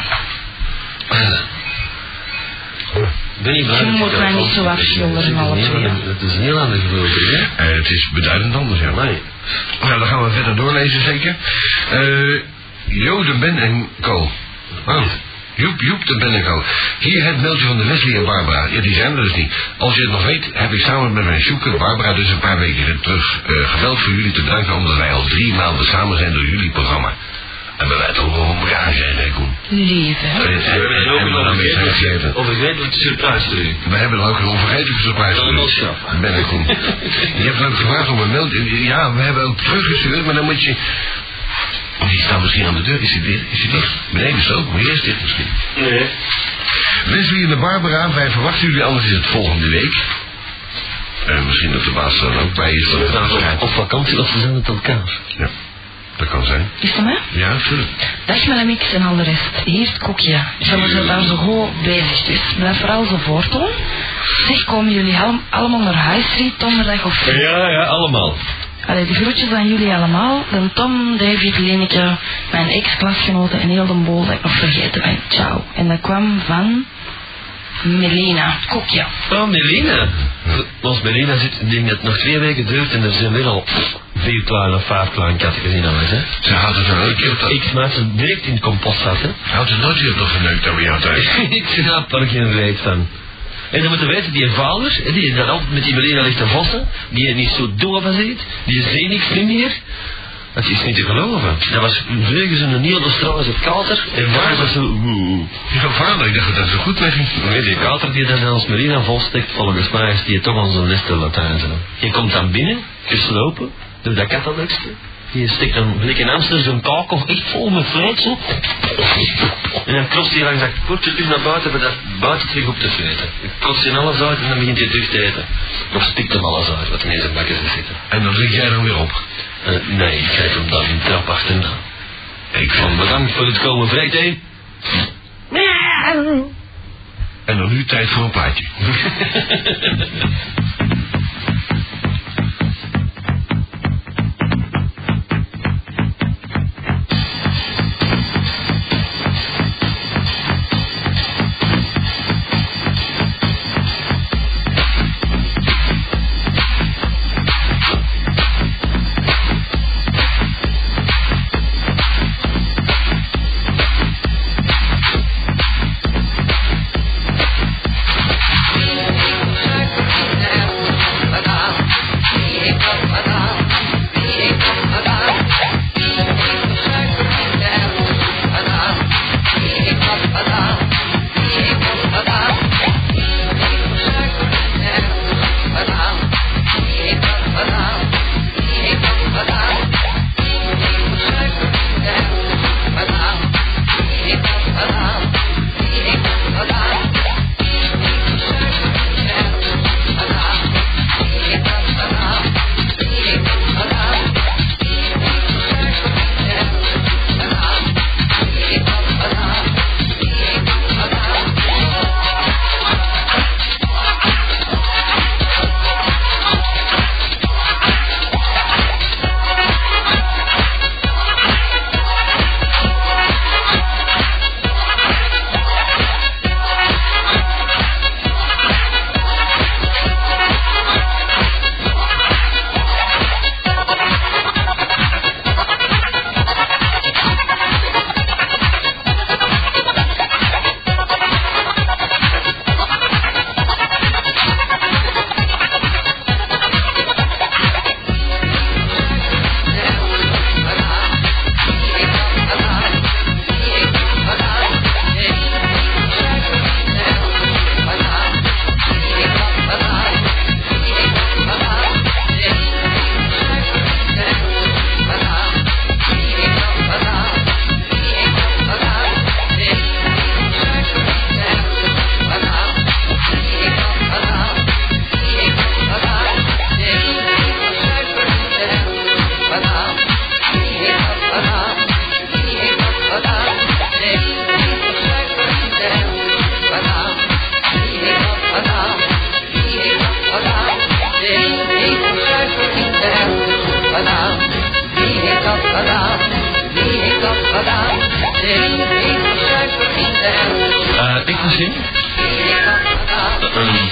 Ben je Je moet mij niet zo afschilderen, half twee. Het is een heel ander gevoel, hè? Uh, het is beduidend anders, ja. Nee. Nou, dan gaan we verder doorlezen, zeker. Uh, Jo, de Ben en Co. Oh, Joep, Joep, de Ben en Co. Hier het mailtje van de Wesley en Barbara. Ja, die zijn er dus niet. Als je het nog weet, heb ik samen met mijn Sjoeke, Barbara, dus een paar weken terug uh, gebeld voor jullie te danken, omdat wij al drie maanden samen zijn door jullie programma. En we weten ook om elkaar zijn, hè, Koen? Lief, hè? En- en- en- en we dan weer zijn gegeven. Of ik weet wat de surprise voor u. We hebben er ook een onvergetelijke surprise Dat voor was u. grappig. Ben ik Koen. Je hebt ook gevraagd om een mail. Ja, we hebben ook teruggestuurd, maar dan moet je... Die staat misschien aan de deur. Is hij dicht? Is hij dicht? Beneden is het ook, maar eerst dicht misschien. Nee. Wesley en de Barbara, wij verwachten jullie, anders is het volgende week. En misschien dat de baas er ook bij is. We gaan Ja, op, op vakantie of we zijn met elkaar. ja, dat kan zijn. Is dat mij? Ja, natuurlijk. Dag Melamix en al de rest. Hier is het koekje. Jullie zijn daar zo goed bezig, dus blijf vooral zo voortdoen. Zeg, komen jullie al- allemaal naar High Street donderdag of vrijdag? Ja, ja, allemaal. Allee, de groetjes aan jullie allemaal. Dan Tom, David, Leneke, mijn ex-klasgenoten en heel de boel dat ik nog vergeten ben. Ciao. En dat kwam van Melina. Koekje. Oh, Melina. Als Melina zit, ik denk dat het nog twee weken duurt en er zijn weer al vier kleine of vijf kleine katten gezien alles, hè. Ze houdt het er nooit weer op. Ik smaak ze direct in het compost hè. Houdt het nooit weer op geneukt over jou thuis. Ik snap er geen reet van. En dan moeten weten, die vader, die dan altijd met die Melina ligt te vossen, die je niet zo doof van ziet, die ziet niks meer. Dat is niet te geloven. Dat was vreugde een heel Australische kater. En waar was zo... Jouw vader, ik dacht dat dat zo goed mee ging. Nee, die kater die dan als Melina volstekt, volgens mij is die toch onze liste Latijn zijn. Je komt dan binnen, geslopen, door dat kattenlukste. Je stikt dan gelijk in Amsterdam zo'n kakel echt vol met vlees zo. En dan klopt hij langs dat kortje terug naar buiten, voor dat buiten terug op te vreten. Je kotst je alles uit en dan begint hij terug te eten. Of stikt hem alles uit, wat er in zijn bakken zit zitten. En dan lig jij dan weer op. Uh, nee, ik geef hem dan een trap achterna. Ik van bedankt voor het komen vreten. En dan nu tijd voor een plaatje. Uh, ik misschien? Um.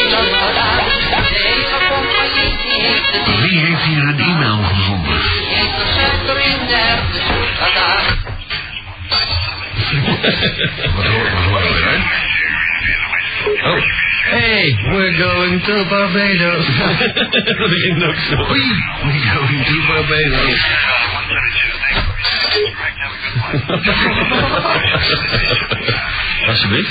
Wie heeft hier een e-mail gevonden? Wat hoor, wat hoor je eruit? Oh. Hey, we're going to Barbados. Dat begint ook zo. Oei, we're going to Barbados. Alsjeblieft.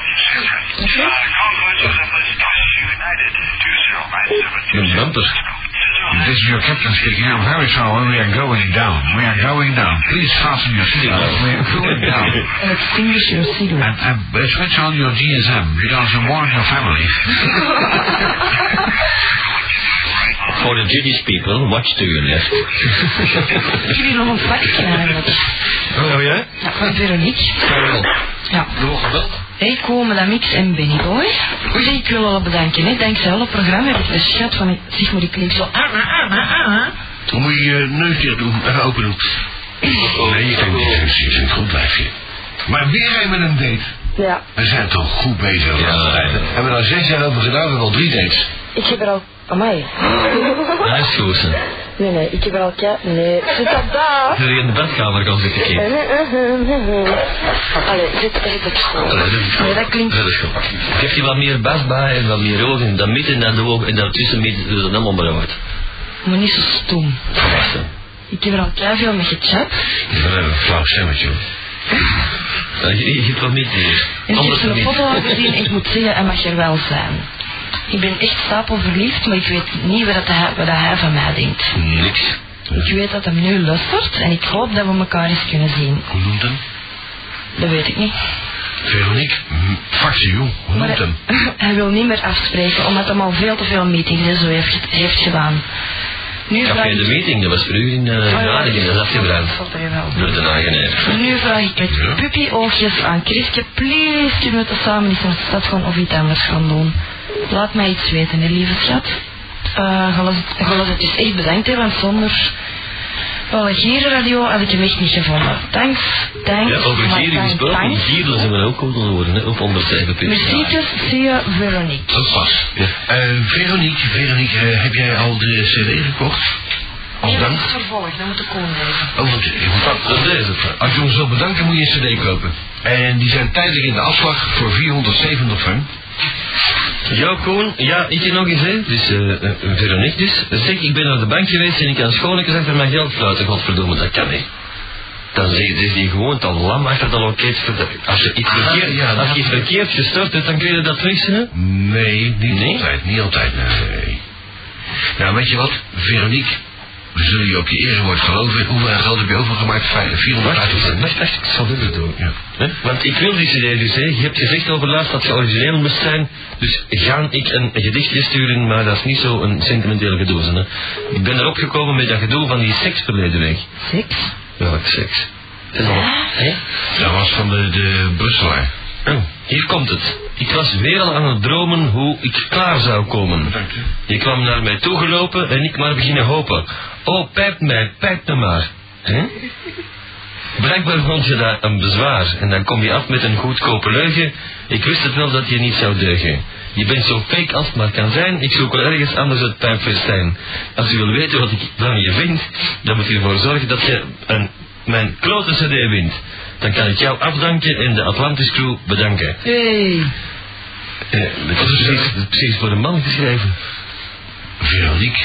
Een bumper. This is your captain speaking. I'm very sorry. We are going down. We are going down. Please fasten your seatbelt. We are going down. Extinguish your cigarette. And, and uh, switch on your G S M because you warn your family. For the Jewish people, watch to your left. Ik heb hier nog een factje eigenlijk. Oh ja? Ja, van Veronique. Ja. Hey, komen dat Mix en Benny Boy. Dus ik wil al bedanken, hè. Dankzij al het programma heb ik de schat van zich moet ik klinken zo. Ah, ah, ah, ah, ah. Dan moet je je neus dicht doen, even open doen. Nee, je kan niet eens, je zit goed lijfje. Maar weer een met een date. Ja. We zijn toch goed bezig de laatste tijd. We hebben er al zes jaar over gedaan, we hebben al drie dates. Ik heb er al... Amai. Dat is goed, hè. Nee, nee, ik heb er al... Nee, zit dat daar? Dat je in de badkamer kan zitten kijken. Allee, zit het op school. Nee, dat klinkt... Dat is goed. Geef je wat meer bas bij en wat meer ogen. Dan midden en de ogen en daartussen midden, dus dat allemaal behoud. Maar niet zo stom. Ik heb er al kei veel mee gechat. Je bent een flauw stemmetje, hoor. Ja, je, je hebt wel niet meer. En ik heb een foto al gezien en ik moet zeggen, hij mag er wel zijn. Ik ben echt stapelverliefd, maar ik weet niet wat, hij, wat hij van mij denkt. Niks. Ik weet dat hij nu luistert en ik hoop dat we elkaar eens kunnen zien. Hoe noemt hem? Dat weet ik niet. Veronique, factie, joh. Hoe Maar noemt hem? hij, hij wil niet meer afspreken, omdat hij al veel te veel meetings en zo heeft, heeft gedaan. Nu vraag Café de ik... meeting, dat was voor u in uh, Oh, ja, Waregem, dat is afgebrand. dat valt er wel. Door de nageneer. Nu vraag ik met Ja. puppy-oogjes aan Christje, please, kunnen we het samen eens naar de stad gaan of iets anders gaan doen. Laat mij iets weten, hè, lieve schat. Uh, Golas het dus echt bedankt, hè, want zonder Alle Gierenradio had ik hem echt niet gevonden. Thanks, thanks. Ja, over Gieren gesproken, Gieren zijn we ook konden worden, hè, op honderdzeven punt. Mercietjes, zie je, Veronique. Dat pas. Ja. Uh, Veronique, Veronique, uh, heb jij al de cd gekocht? Als Nee, dat dank? is vervolg, dat moet de koning lezen. Oh, want je moet dat, dat is het. Als je ons wil bedanken, moet je een cd kopen. En die zijn tijdelijk in de afslag voor vierhonderdzeventig frank. Ja, Koen, ja, ik heb nog eens, hè. Dus, uh, uh, Veronique dus. Zeg, ik ben naar de bank geweest en ik kan schoonlijkers achter mijn geld fluiten, godverdomme, dat kan niet. Dan zeg je die gewoon al lam achter dat loket. Als je iets verkeerd, Ah, ja, als je iets verkeerd gestort hebt, dan kun je dat terug, hè? Nee, niet Nee? altijd, niet altijd, nee. Nou, weet je wat, Veronique, we zullen je op je erewoord geloven. Hoeveel geld heb je overgemaakt? vierhonderdvijftig frank. Wacht, wacht, ik zal dit doen. Ja. Hè? Want ik wil die cd dus, hè. Je hebt gezegd over laatst dat je origineel moest zijn. Dus ga ik een gedichtje sturen, maar dat is niet zo een sentimentele gedoe, hè. Ik ben erop gekomen met dat gedoe van die seks verleden week. Seks? Welk seks? Dat is al, hè? Dat was van de, de Brusselaar. Oh, hier komt het. Ik was weer al aan het dromen hoe ik klaar zou komen. Dank u. Je kwam naar mij toegelopen en ik maar beginnen hopen. Oh, pijp mij, pijp me maar. Hè? Blijkbaar vond je dat een bezwaar en dan kom je af met een goedkope leugen. Ik wist het wel dat je niet zou deugen. Je bent zo fake als het maar kan zijn. Ik zoek wel ergens anders het pijpfestijn. Als je wil weten wat ik van je vind, dan moet je ervoor zorgen dat je een, mijn klote cd wint. Dan kan ik jou afdanken en de Atlantis Crew bedanken. Hey. Eh, dat is precies, dat is precies voor een man geschreven. Veronique,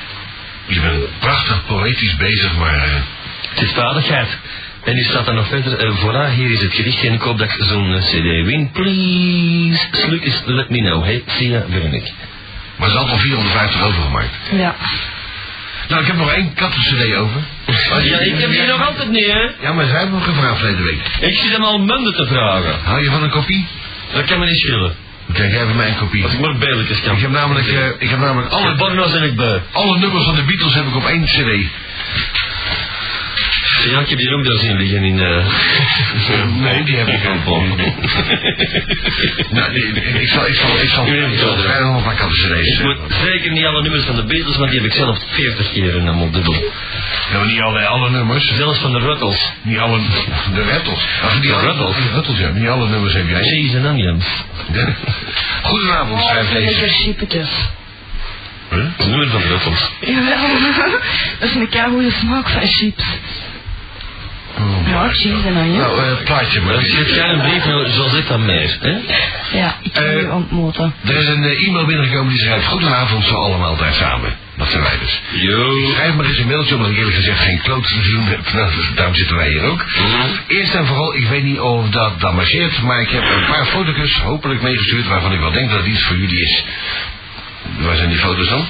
je bent prachtig poëtisch bezig, maar... Uh... Het is vaardigheid. En nu staat er nog verder, uh, voilà, hier is het gedicht en ik hoop dat ik zo'n uh, cd win. Please, sluk is, let me know. Hey, zie je, Veronique. Maar ze had al vierhonderdvijftig overgemaakt. Ja. Nou, ik heb nog één katten-cd over. Ja, ik heb hier nog altijd niet, hè. Ja, maar zij hebben me gevraagd verleden week. Ik zit hem al munden te vragen. Hou je van een kopie? Dat kan me niet schillen. Kijk, jij hebt mij een kopie. Als ik maar beeldjes kan. Ik heb namelijk, uh, ik heb namelijk Alle alle, porno's en ik bij. alle nummers van de Beatles heb ik op één cd. Ja, ik heb die ook daar zien liggen in... Uh... Nee, die heb ik ook niet. Nou, die, ik zal... Ik zal... Ik zal... Ik zal er nog een paar kanten cd's. Ik moet zeker niet alle nummers van de Beatles, want die heb ik zelf veertig keer in hem op de doel. Ja, maar niet alle, alle nummers. Zelfs van de Ruttles. Niet alle... De Rattles. Ach, die Ruttles. De Ruttles, ja. Niet alle nummers heb jij. Cheese and onions. Ja. Goedenavond, schrijf deze. Lekker chippetjes. Huh? Het nummer van de Ruttles. Jawel. Dat is een keigoede smaak van chips. Oh, ja, cheese en onions. Nou, uh, plaatje maar. Dan schrijf jij een brief naar Josette Meer, hè? Ja, ik wil u ontmoeten. Er is een uh, e-mail binnengekomen die schrijft: goedenavond, zo allemaal daar samen. Dat zijn wij dus. Yo. Schrijf maar eens een mailtje, omdat ik eerlijk gezegd geen kloot te doen heb. Nou, daarom zitten wij hier ook. Mm-hmm. Eerst en vooral, ik weet niet of dat, dat marcheert, maar ik heb een paar foto's hopelijk meegestuurd waarvan ik wel denk dat het iets voor jullie is. Waar zijn die foto's dan?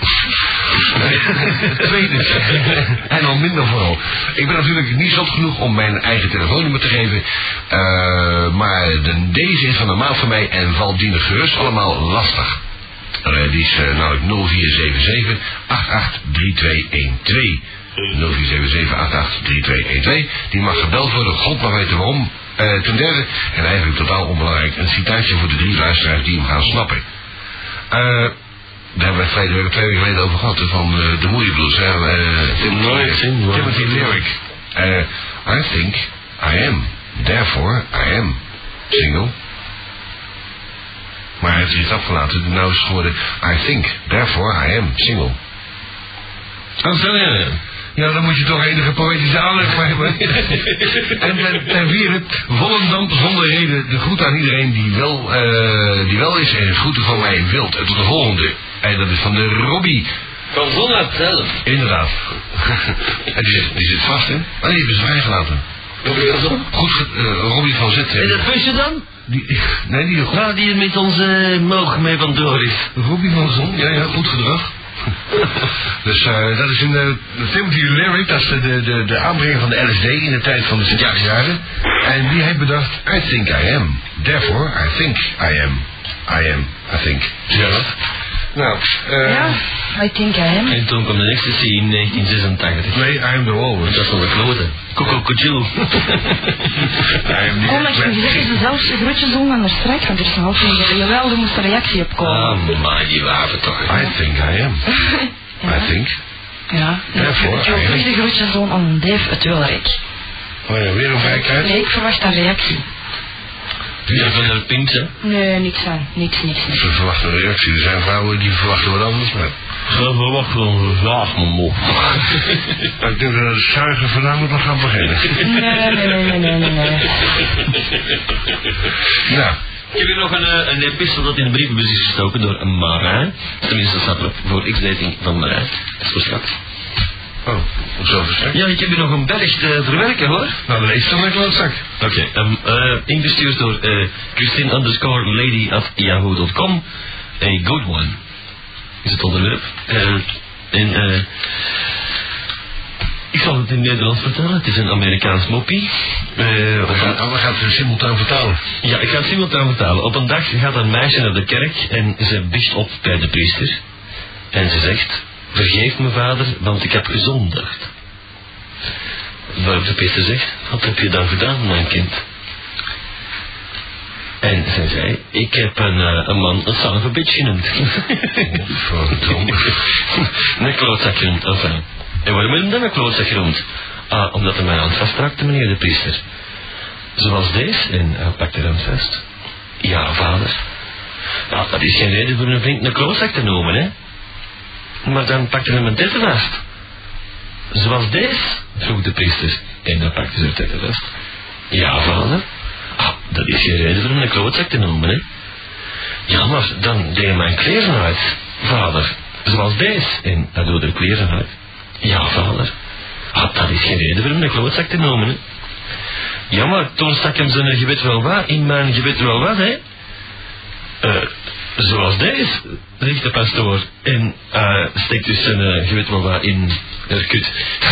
Tweede. En al minder vooral. Ik ben natuurlijk niet zot genoeg om mijn eigen telefoonnummer te geven. Uh, maar de, deze is van een maat van mij en valt die gerust allemaal lastig. Uh, die is uh, namelijk nul vier zeven zeven acht acht drie twee een twee. nul vier zeven zeven acht acht drie twee een twee. Die mag gebeld worden, God mag weten waarom. Uh, ten derde, en eigenlijk totaal onbelangrijk, een citaatje voor de drie luisteraars die hem gaan snappen. Uh, Daar hebben we twee weken, twee weken geleden over gehad, van uh, de Moody Blues. Uh, Timothy, Timothy Lyric. Uh, I think I am, therefore I am single. Maar hij heeft zich afgelaten, nou is het geworden I think, therefore I am single. Oh, zo ja, ja. Ja, dan moet je toch enige poëtische aanleg voor hebben. En ten, ten vierde, Volendam zonder reden de groet aan iedereen die wel, uh, die wel is en het groeten van mij wilt. En tot de volgende. En dat is van de Robbie. Van Volendam zelf. Inderdaad. En die zit, die zit vast, hè? Oh, die hebben ze vrijgelaten. Robbie van Zon? Goed, uh, Robbie van Zet. En dat busje dan? Die, nee, die... Nou, die er met onze uh, moog mee vandoor is. Robbie van Zon, ja, ja, goed gedrag. Dus uh, dat is een uh, Timothy Lyric, dat is de, de, de, de aanbrenger van de L S D in de tijd van de zestig jaren. En die heeft bedacht, I think I am. Therefore, I think I am. I am, I think. Ja. Nou, uh, ja, I think I am. En toen kwam de ecstasy in negentien zesentachtig. Nee, I am the walrus. Dat is van de kloten. Coco Cochil. Kom, ik heb gezegd, is dezelfde groetje doen aan de strijk, want er is nog altijd een jawel, er moest een reactie op komen. Ah, maar die waven toch. I think I am. Ja. I think. Ja, Therefore, ik wil I am. de groetjes doen aan Dave het Wilrijk. Oh ja, weer een vrijkaart? Nee, ik verwacht een reactie. Ja, van de pink, hè? Nee, niks aan. Niks, niks, niks. Ze verwachten een reactie. Er zijn vrouwen die verwachten wat anders, maar... Ze verwachten een zaag, mijn mop. Ik denk dat het zuigen vanavond nog gaan beginnen. Nee, nee, nee, nee, nee, nee, nee. Nou. Ik heb hier nog een, een epistel dat in de brievenbus is gestoken door Marijn. Tenminste, dat staat erop voor X-dating van Marijn. Dat is verschakt. Oh, zo verstrekt? Ja, ik heb hier nog een berg te verwerken, hoor. Nou, lees dan een klootzak. Oké, okay, um, uh, ingestuurd door uh, Christine underscore lady at yahoo dot com. A good one. Is het onderwerp. Uh, en uh, ik zal het in het Nederlands vertellen. Het is een Amerikaans moppie. Uh, we, gaan, oh, we gaan het simultaan vertalen. Ja, ik ga het simultaan vertalen. Op een dag gaat een meisje naar de kerk en ze biegt op bij de priester. En ze zegt: vergeef me, vader, want ik heb gezondigd. Waarop de priester zegt: wat heb je dan gedaan, mijn kind? En zij zei: ik heb een, uh, een man een son of a bitch genoemd. Verdomme. Een klootzak genoemd, enfin. En waarom heb je hem dan een klootzak genoemd? Ah, omdat hij mij aan het vastrakte, meneer de priester. Zoals deze, en hij pakte hem vast. Ja, vader. Nou, dat is geen reden voor een vriend een klootzak te noemen, hè? Maar dan pakte hij mijn tetten vast. Zoals deze, vroeg de priester. En dan pakte ze haar tetten vast. Ja, vader. Ah, dat is geen reden voor hem een klootzak te noemen, hè? Ja, maar dan deed hij mijn kleren uit, vader. Zoals deze. En hij doet er kleren uit. Ja, vader. Ah, dat is geen reden voor hem een klootzak te noemen, hè? Ja, maar toen stak hem zijn gebed wel wat in mijn gebed wel wat, hè? Uh, zoals deze, zegt de pastoor. En uh, steekt dus zijn uh, gebed wel wat in haar kut.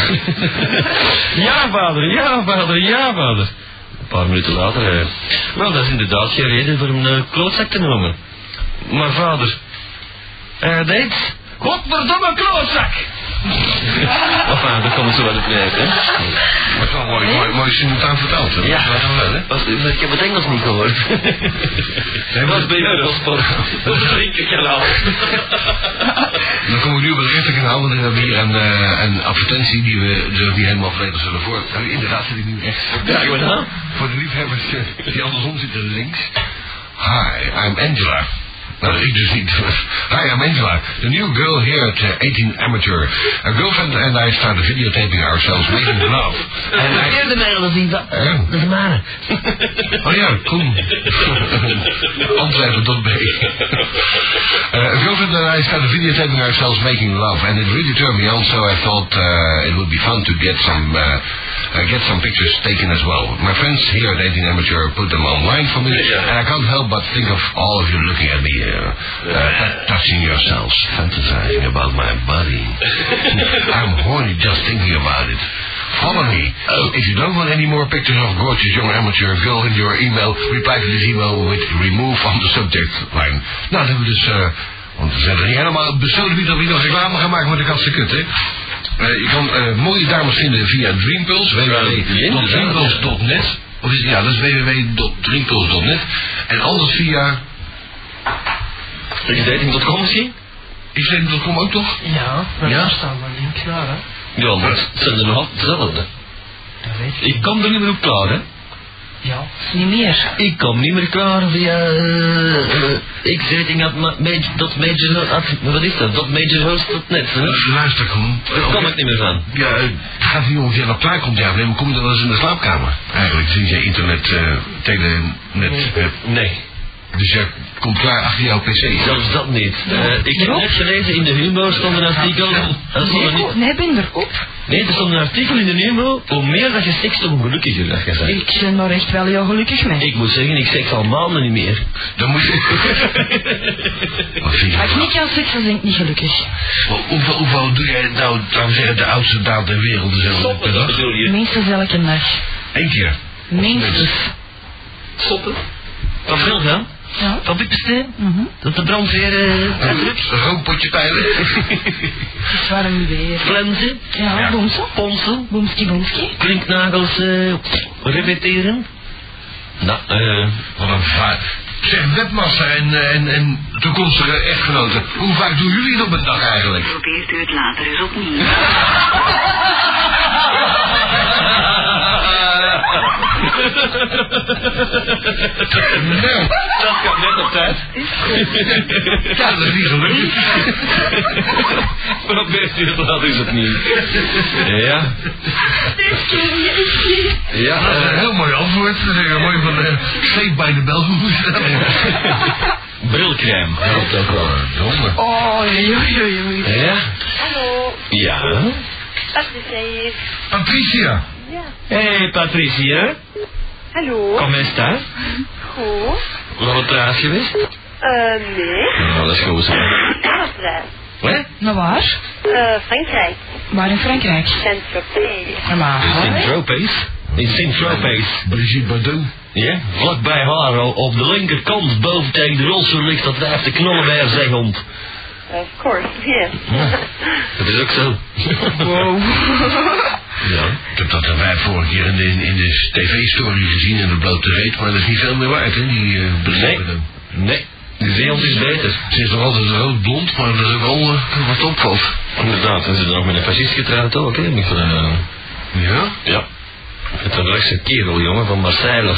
Ja, vader, ja, vader, ja, vader. Een paar minuten later, uh, wel, dat is inderdaad geen reden voor hem een klootzak te noemen. Maar vader, hij deed, godverdomme klootzak! Of aan, dat komt zo uit het werk, hè? Maar het is wel mooi, mooi, mooi simultaan vertaald, hè? Ja. Dat is wel wel, hè? Was, ik heb het Engels niet gehoord. Dat was bij Eurosport. Dat is een linkerkanaal. Dan komen we nu op het rechterkanaal, want dan hebben we hier een, uh, een advertentie die we dus niet helemaal volledig zullen voor... Uh, inderdaad zit ik nu echt... Ja, ik ben aan. Voor de liefhebbers uh, die andersom zitten links. Hi, I'm Angela. Nou, ik dus niet. Hi, I'm Angela, the new girl here at uh, eighteen Amateur. A girlfriend and I started videotaping ourselves making love. And I... Verkeerde mail, dat is niet dat. Uh, Dat is een manen. Oh ja, cool. Antwerpen.b. Uh, a girlfriend and I started videotaping ourselves making love, and it really turned me on, so I thought uh, it would be fun to get some uh, uh, get some pictures taken as well. My friends here at eighteen Amateur put them online for me, and I can't help but think of all of you looking at me, uh, uh, touching yourselves, fantasizing about my body. I'm horny just thinking about it. Follow me. If you don't want any more pictures of gorgeous young amateur, go in your email, reply to this email with remove on the subject line. Nou, dat hebben we dus, uh, want we zijn er niet helemaal besloten niet dat we nog reclame gaan maken met de katse kut, hè. Uh, je kan uh, mooie dames vinden via Dreampulse, w w w dot dreampulse dot net. Of is, ja, dat is w w w dot dreampulse dot net. En anders via... dating dot com misschien? Is dating dot com ook toch? Ja, maar Ja? daar staan we link klaar, hè. Ja, maar het zijn er nog altijd hetzelfde. Dat weet ik. Ik kom er niet meer op klaar, hè. Ja. Niet meer. Ik kom niet meer klaar via uh, x-dating dot major wat is dat? Dot majorhost dot net, hè? Luister gewoon. Daar kom ik niet meer van. Ja, het gaat niet om of jij nog klaar komt, ja, nee, maar kom je dan wel eens in de slaapkamer? Eigenlijk, sinds jij internet, uh, telenet hebt. Nee. Dus jij komt klaar achter jouw pc. Zelfs dat niet. Uh, ik heb net gelezen in de Humo stond een artikel. Dat stond er Nee, niet. nee, ben er op. Nee, er stond een artikel in de Humo. Hoe meer dat je seks, hoe gelukkiger dat je bent. Ik ben daar echt wel heel gelukkig mee. Ik moet zeggen, ik seks al maanden niet meer. Dan moet je... Wat vind je Als ik nou? niet kan seksen, ben ik niet gelukkig. Hoeveel, hoeveel doe jij nou, laten we zeggen, de oudste daad ter wereld dus Stoppen, per dat dag? bedoel je? Minstens elke dag. Eén keer. Minstens. Stoppen? Van veel gaan? Ja. Van piepsteen? Mhm. Dat de brandweer uh, uitdrukt? Een rookpotje pijlen. Het is warm weer. Flensen? Ja, Ja. boemsel. Ponsel? Boemski, boemski. Klinknagels uh, repeteren? Nou, eh... Wat een vaart. Zeg, webmassa en, en, en toekomstige echtgenoten. Hoe vaak doen jullie het op een dag eigenlijk? Probeert u het later eens opnieuw. Nou, dat gaat net op tijd. ja, dat is niet gelukt. Probeert u het later is het niet. Ja. Ja, Dat is een eh... heel mooi antwoord. Dat is een mooi van de Sleep bij de Belgenmoes. Brilcrème. Helpt ook wel. Domme. Oh, oei, oei, oei. Ja? Hallo, Ja? Patricia hier. Patricia. Ja. Hey Patricia, Hallo. come sta? Goed. Nog een praat geweest? Eh, nee. Nou, dat is goed zo. Wat reis? Wat? Nou waar? Eh, Frankrijk. Waar in Frankrijk? Saint-Tropez. Ja, maar. Sint-Tropez? In Sint-Tropez. Brigitte Bardot. Ja? Vlakbij haar, al op de linkerkant, boven tegen de rolstoel ligt dat wijf te knollen bij haar zeghond. Of course, yes. Ja, dat is ook zo. Wow. Ja. Ik heb dat erbij vorige keer in de, in de tv-story gezien in de blote reet, maar dat is niet veel meer waard, hè, die uh, Brigitte. Nee. Nee, de zeehond is beter. Ze is nog altijd rood-blond, maar dat is wel uh, wat opvalt. Inderdaad, en ze zijn nog met een fascist getrouwd ook, hè? Met een, uh, Ja? ja. Met een rechtse kerel, jongen, van Marseilles.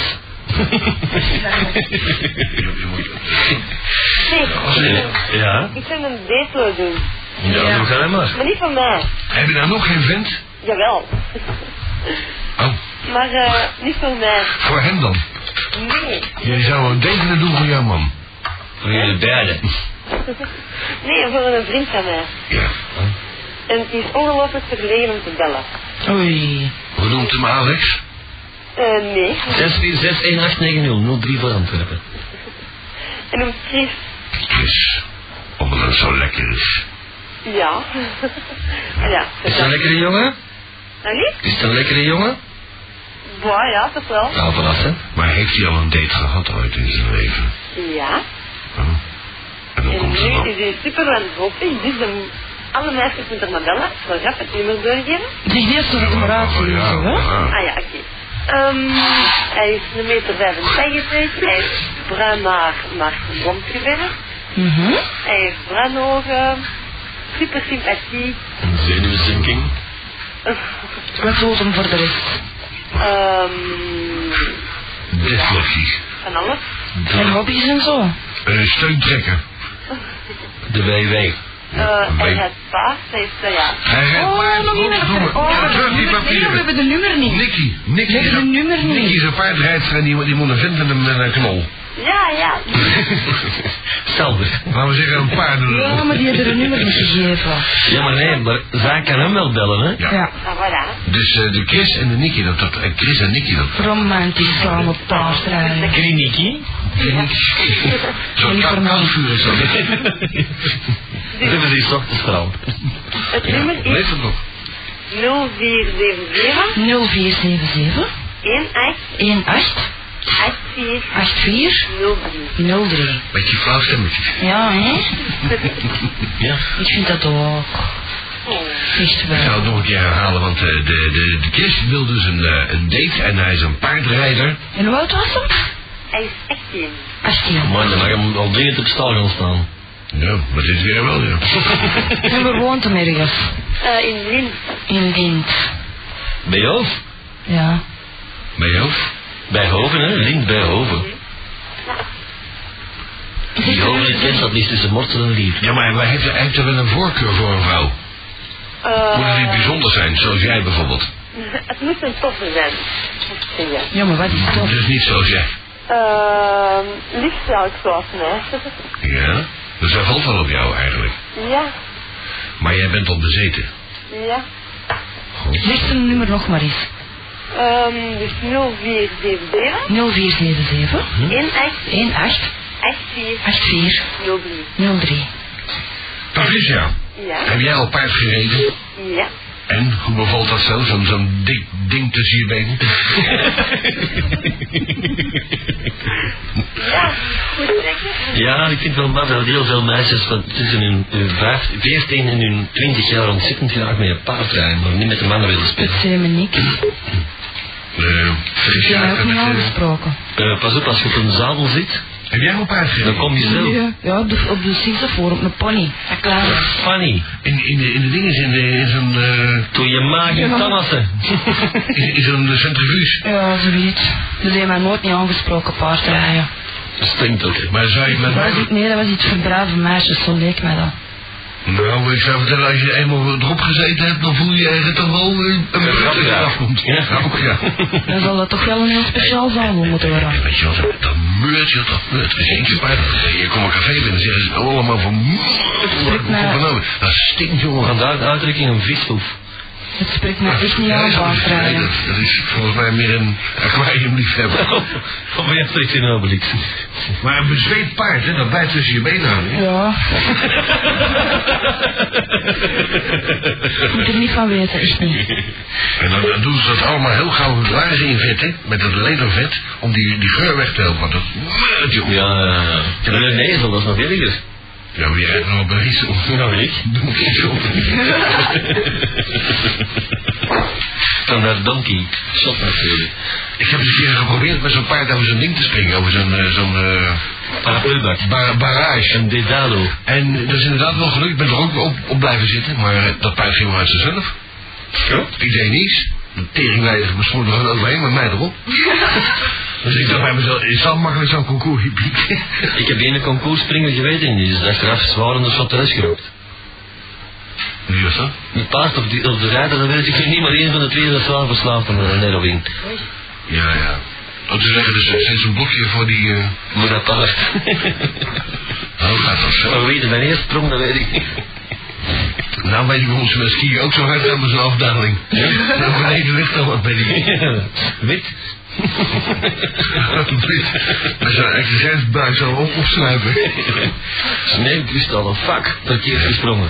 Hey, Ja? ik zou een date willen doen. Ja, doe ga maar. Maar niet van mij. Heb je nou nog geen vent? Jawel. Oh, Maar eh, niet voor mij. voor hem dan? Nee. Jij zou een date willen doen voor jouw man. Voor jullie beiden. Nee, voor een vriend van mij. Ja. En het is ongelooflijk verlegen om te bellen. Oei. Hoe noemt hem Alex? Eh, nee. zes vier zes een acht negen nul nul drie voor Antwerpen. En om Chris. Chris. Omdat het zo lekker is. Ja. Ja. Is het een lekkere jongen? Nou niet? Is het een lekkere jongen? Boah, ja, toch wel. Nou, vanaf hè. Maar heeft hij al een date gehad ooit in zijn leven? Ja. Oh. En dan En komt ze nu dan. is hij super wanhopig, dus dan alle meisjes moeten maar bellen. Wel grap, het nummer doorgeven. Die eerste wat er eruit ziet, Ja, hè? ja. Ah ja, oké. Ehm, hij is een meter vijfenzeventig, hij heeft bruin haar, maar blond geverfd. Mhm. Hij heeft bruine ogen, super sympathiek. Een zenuwzinking. Wat doet hem voor de rest? Ehm, Dyslexie. van alles. En hobby's en zo? Uh, steuntrekker. De W W. Uh, hij heeft paard, hij heeft, uh, ja. Hij rijdt Oh, paard. nog niet Godverdomme. Oh, Ja, we terug hebben die de nummer- nee, we papieren. hebben de nummer niet. Nicky. Nicky We is hebben een- de nummer niet. Nicky is een paardrijdster en die, die moet een vent met een, met een knol. Ja, ja. Hetzelfde. Laten we zeggen een paarden. Ja, maar die hebben er een nummer niet gegeven. Ja, maar nee, maar zij kan hem wel bellen, hè? Ja. Ja. Nou, voilà. Dus uh, de Chris en de Nicky, dat, dat, uh, Chris en Nicky, dat... Romantisch samen paardrijden. Kliniekje. Zo'n koud koudvuur is dat. Dat hebben ze die ochtends gedaan. Het nummer is Leeft het nog? nul vier zeven zeven nul vier zeven zeven een acht een acht acht vier acht vier nul drie. nul drie. Beetje flauw stemmetje. Ja, hè? Ja. Ik vind dat ook. Echt Ik wel. zou het nog een keer herhalen, want uh, de, de, de Chris wil dus een, uh, een date en hij is een paardrijder. En hoe oud was hem? Hij is achttien. achttien. Maar dan mag hem al dringend op stal gaan staan. Ja, maar dit weer wel, ja. En waar woont hem ergens? Uh, in Lint. In Lint. Bij Hoof. Ja. Bij jou? Bij Hoven, hè? Lint bij Hoven. Die Hoven in Kent, dat ligt tussen Mortel en Lier. Ja, maar hij heeft, hij heeft er wel een voorkeur voor een vrouw. Uh, Moet het niet bijzonder zijn, zoals jij bijvoorbeeld. Het moet een toffe zijn. moet ik zeggen. Ja, maar wat is dat? Dus niet zoals jij. Uh, liefst zou ik zoals mij. Ja, dus hij valt wel op jou eigenlijk. Ja, Maar jij bent al bezeten. ja. Goed. Zeg zijn nummer nog maar eens. Um, dus nul vier zeven zeven nul vier zeven zeven een acht een acht acht vier acht vier nul drie. nul drie. Patricia, Ja, heb jij al paard gereden? ja. En, hoe bevalt dat zo? Zo'n zo'n dik ding tussen je benen? Ja, goed zeggen. Ja, ik vind wel maar dat heel veel meisjes van tussen hun hun vijf, veertien en hun twintig jaar ontzettend graag met een paard rijden, maar niet met de mannen willen Dat spelen. zei me niks. Uh, Ik heb mij ook niet aangesproken. Uh, pas op, als je op een zadel zit, heb jij al een paard gereden? dan kom je zelf. Ja, ja op de, op de Sisyfoor, op een pony. Dat klaar. Funny. In, in, de, in de dingen, in, de, in zo'n... Uh, Toen je maag en tannassen. in, in zo'n centrifuge. Ja, zoiets. Dus hij mij nooit niet aangesproken paardrijden. Dat stinkt ook. Maar zou je met Dat was mij... iets, nee, dat was iets voor brave meisjes, zo leek mij dat. Nou, ik zou vertellen, als je eenmaal erop gezeten hebt, dan voel je je toch wel uh, een brug dat je eraf komt. Ja. Oh, ja. Dan zal dat toch wel een heel speciaal zadel moeten worden. En weet je wat, dat meurt je, dat meurt. Als je eentje paard hebt, je komt een café binnen, zeggen ze allemaal van... spreekt mij- Dat stinkt, jongen. Vandaar de uitdrukking een vishoef. Het spreekt mij echt niet Ja, aan dat is- nee, paardrijden. dat, dat is volgens mij meer een aquariumliefhebber. Of ben je steeds in Obelix? Maar een bezweet paard, hè, dat blijft tussen je benen hangen. Ja. Ik moet er niet van weten, echt niet. En dan, dan doen ze dat allemaal heel gauw glazen in vet, hè, met dat ledervet, om die, die geur weg te helpen. Want dat meurt, jongen. Ja, ja, ja. En een ezel, dat is nog erger. Ja, maar jij rijdt nog op een riesel. Nou, ik. Doe een riesel. Van dat donkey shot natuurlijk. Ik heb eens een keer geprobeerd met zo'n paard over zo'n ding te springen, over zo'n uh, zo'n uh, Paraplubak. bar barrage. Een Dedalo. En dat is inderdaad wel gelukt, ik ben er ook op, op blijven zitten, maar uh, dat paard ging wel uit zichzelf. Ik deed niets. De teringleider besloot er gewoon overheen met mij erop. Dus ik dacht bij mezelf, is dat makkelijk zo'n concours bieden? Ik heb een concours springer geweten en die is achteraf zwaar onder shot thuis gerookt. Wie was dat? Het paard of, die, of de rijder, dat weet ik niet, maar één van de twee is zwaar verslaafd aan een heroïne. Ja, ja. Om te zeggen, dus er is een blokje voor die... Uh... Maar dat paard. Oh, gaat dat zo? Maar wie er mijn eerste sprong, dat weet ik niet. Nou weet ik waarom ze met skiën ook zo hard gaan met zo'n afdaling. Ja? Nou, beneden ligt dan wat bij die... Wit. Met zo'n exercitiebuik zo op opsnuiven. Nee, ik wist al een vak. Verkeerd gesprongen.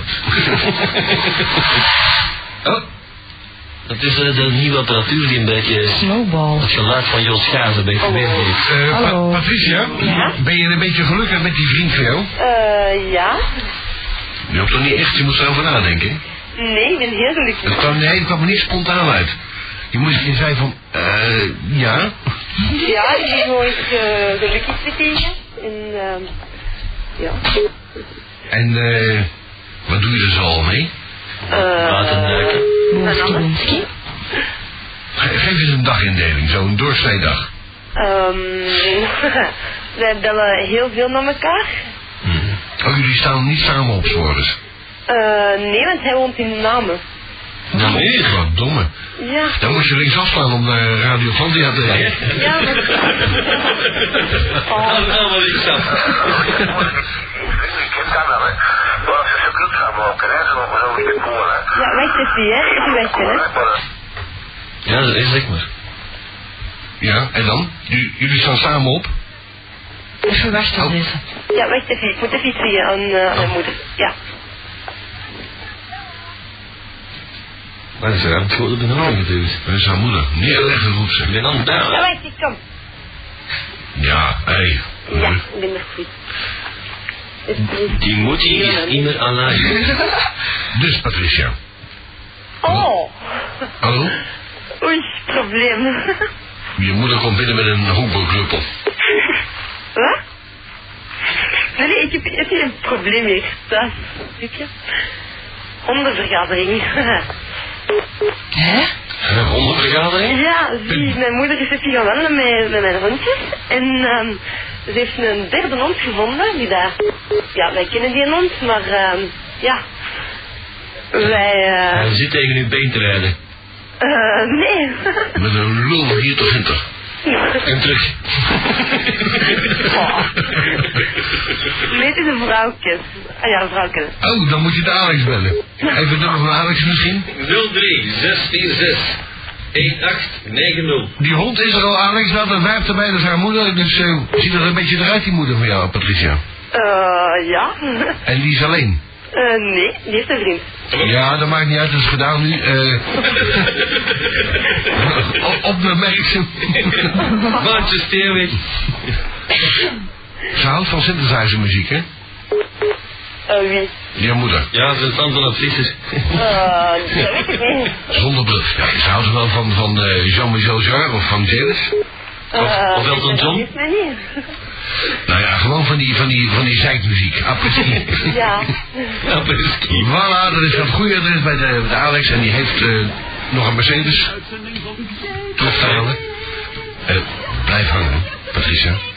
Oh. Dat is uh, de nieuwe apparatuur die een beetje... Snowball. Het geluid van Jos Gaas een beetje weergeeft. Uh, Hallo. Pa Patricia, Ja? ben je een beetje gelukkig met die vriend van jou? Uh, ja. Je hebt toch niet echt, je moet erover nadenken? Nee, ik ben heel gelukkig. Het kwam, nee, het kwam er niet spontaan uit. Je, moest, je zei van, eh, uh, ja. Ja, ik ben gewoon eens uh, gelukkig gekregen. En, uh, ja. En, eh, uh, wat doe je er zo al mee? Uh, Waterduiken. Woenskie. Ge geef eens een dagindeling, zo'n doorsneedag. Um, wij bellen heel veel naar elkaar. Mm. Oh, jullie staan niet samen op 's morgens? Uh, nee, want hij woont in Namen. Nou, nee, wat domme. Ja. Dan moet je links afslaan om naar Radio Fantia te rijden. Ja, maar... Oh. Nou, wat is dat? Ik kan wel, hè. Maar als ze zo goed gaan maken, hè, zo nog zo niet voor, hè. Ja, wacht even, hè. Even wachten, hè. Ja, dat is zeg maar. Ja, en dan? J jullie staan samen op? Even wachten, oh. deze. Ja, wacht even. Ik moet even iets zeggen aan, uh, aan mijn moeder. Ja. Maar ze hebben het gewoon op de naam geduwd. Dat is haar moeder. Neerleggen roept ze. Ik ben aan het Ja, bellen. wacht, ik kom. Ja, hé. Hey. Ja, ik ben er goed. Die moet hier niet meer aanlagen. Dus, Patricia. Oh. Hallo? Oei, probleem. Je moeder komt binnen met een hoekbalknuppel. Wat? Nee, nee, ik heb, ik heb hier een probleem hier thuis. Weet je? Hondenvergadering. Hè? Een hondenvergadering? Ja, zie, mijn moeder is even gaan wandelen met, met mijn hondjes. En um, ze heeft een derde hond gevonden. Die daar... Ja, wij kennen die hond, maar um, ja... Wij... Uh... Hij zit tegen uw been te rijden. Uh, nee. Met een lul hier toch hinter. En terug. Oh. Nee, het is een vrouwtje. Ah ja, een vrouwtje. Oh, dan moet je de Alex bellen. Even het nummer van Alex misschien? nul drie zes vier zes een acht negen nul. Die hond is er al, Alex. Nou, dat wijft erbij, dat is haar moeder. Dus uh, ziet er een beetje eruit, die moeder van jou, Patricia. Eh, uh, ja. En die is alleen? Eh, uh, nee, die heeft een vriend. Ja, dat maakt niet uit, dat is gedaan nu. Uh, op, op de merksem. Maatje Steerweg. Ze houdt van synthesizer muziek, hè? Uh, wie? Ja, moeder. Ja, ze is van van het visser. Uh, dat weet ik niet. Zonder bril. Ja, ze houdt wel van, van uh, Jean-Michel Jarre of van Janis. Uh, of of Elton John. Dat mij niet. Nou ja, gewoon van die, van die, van die zeikmuziek. Apres-ski. Ja. Apres-ski. Voilà, dat is het goede adres bij de, de Alex. En die heeft uh, nog een Mercedes. Terug te halen. Uh, blijf hangen, Patricia.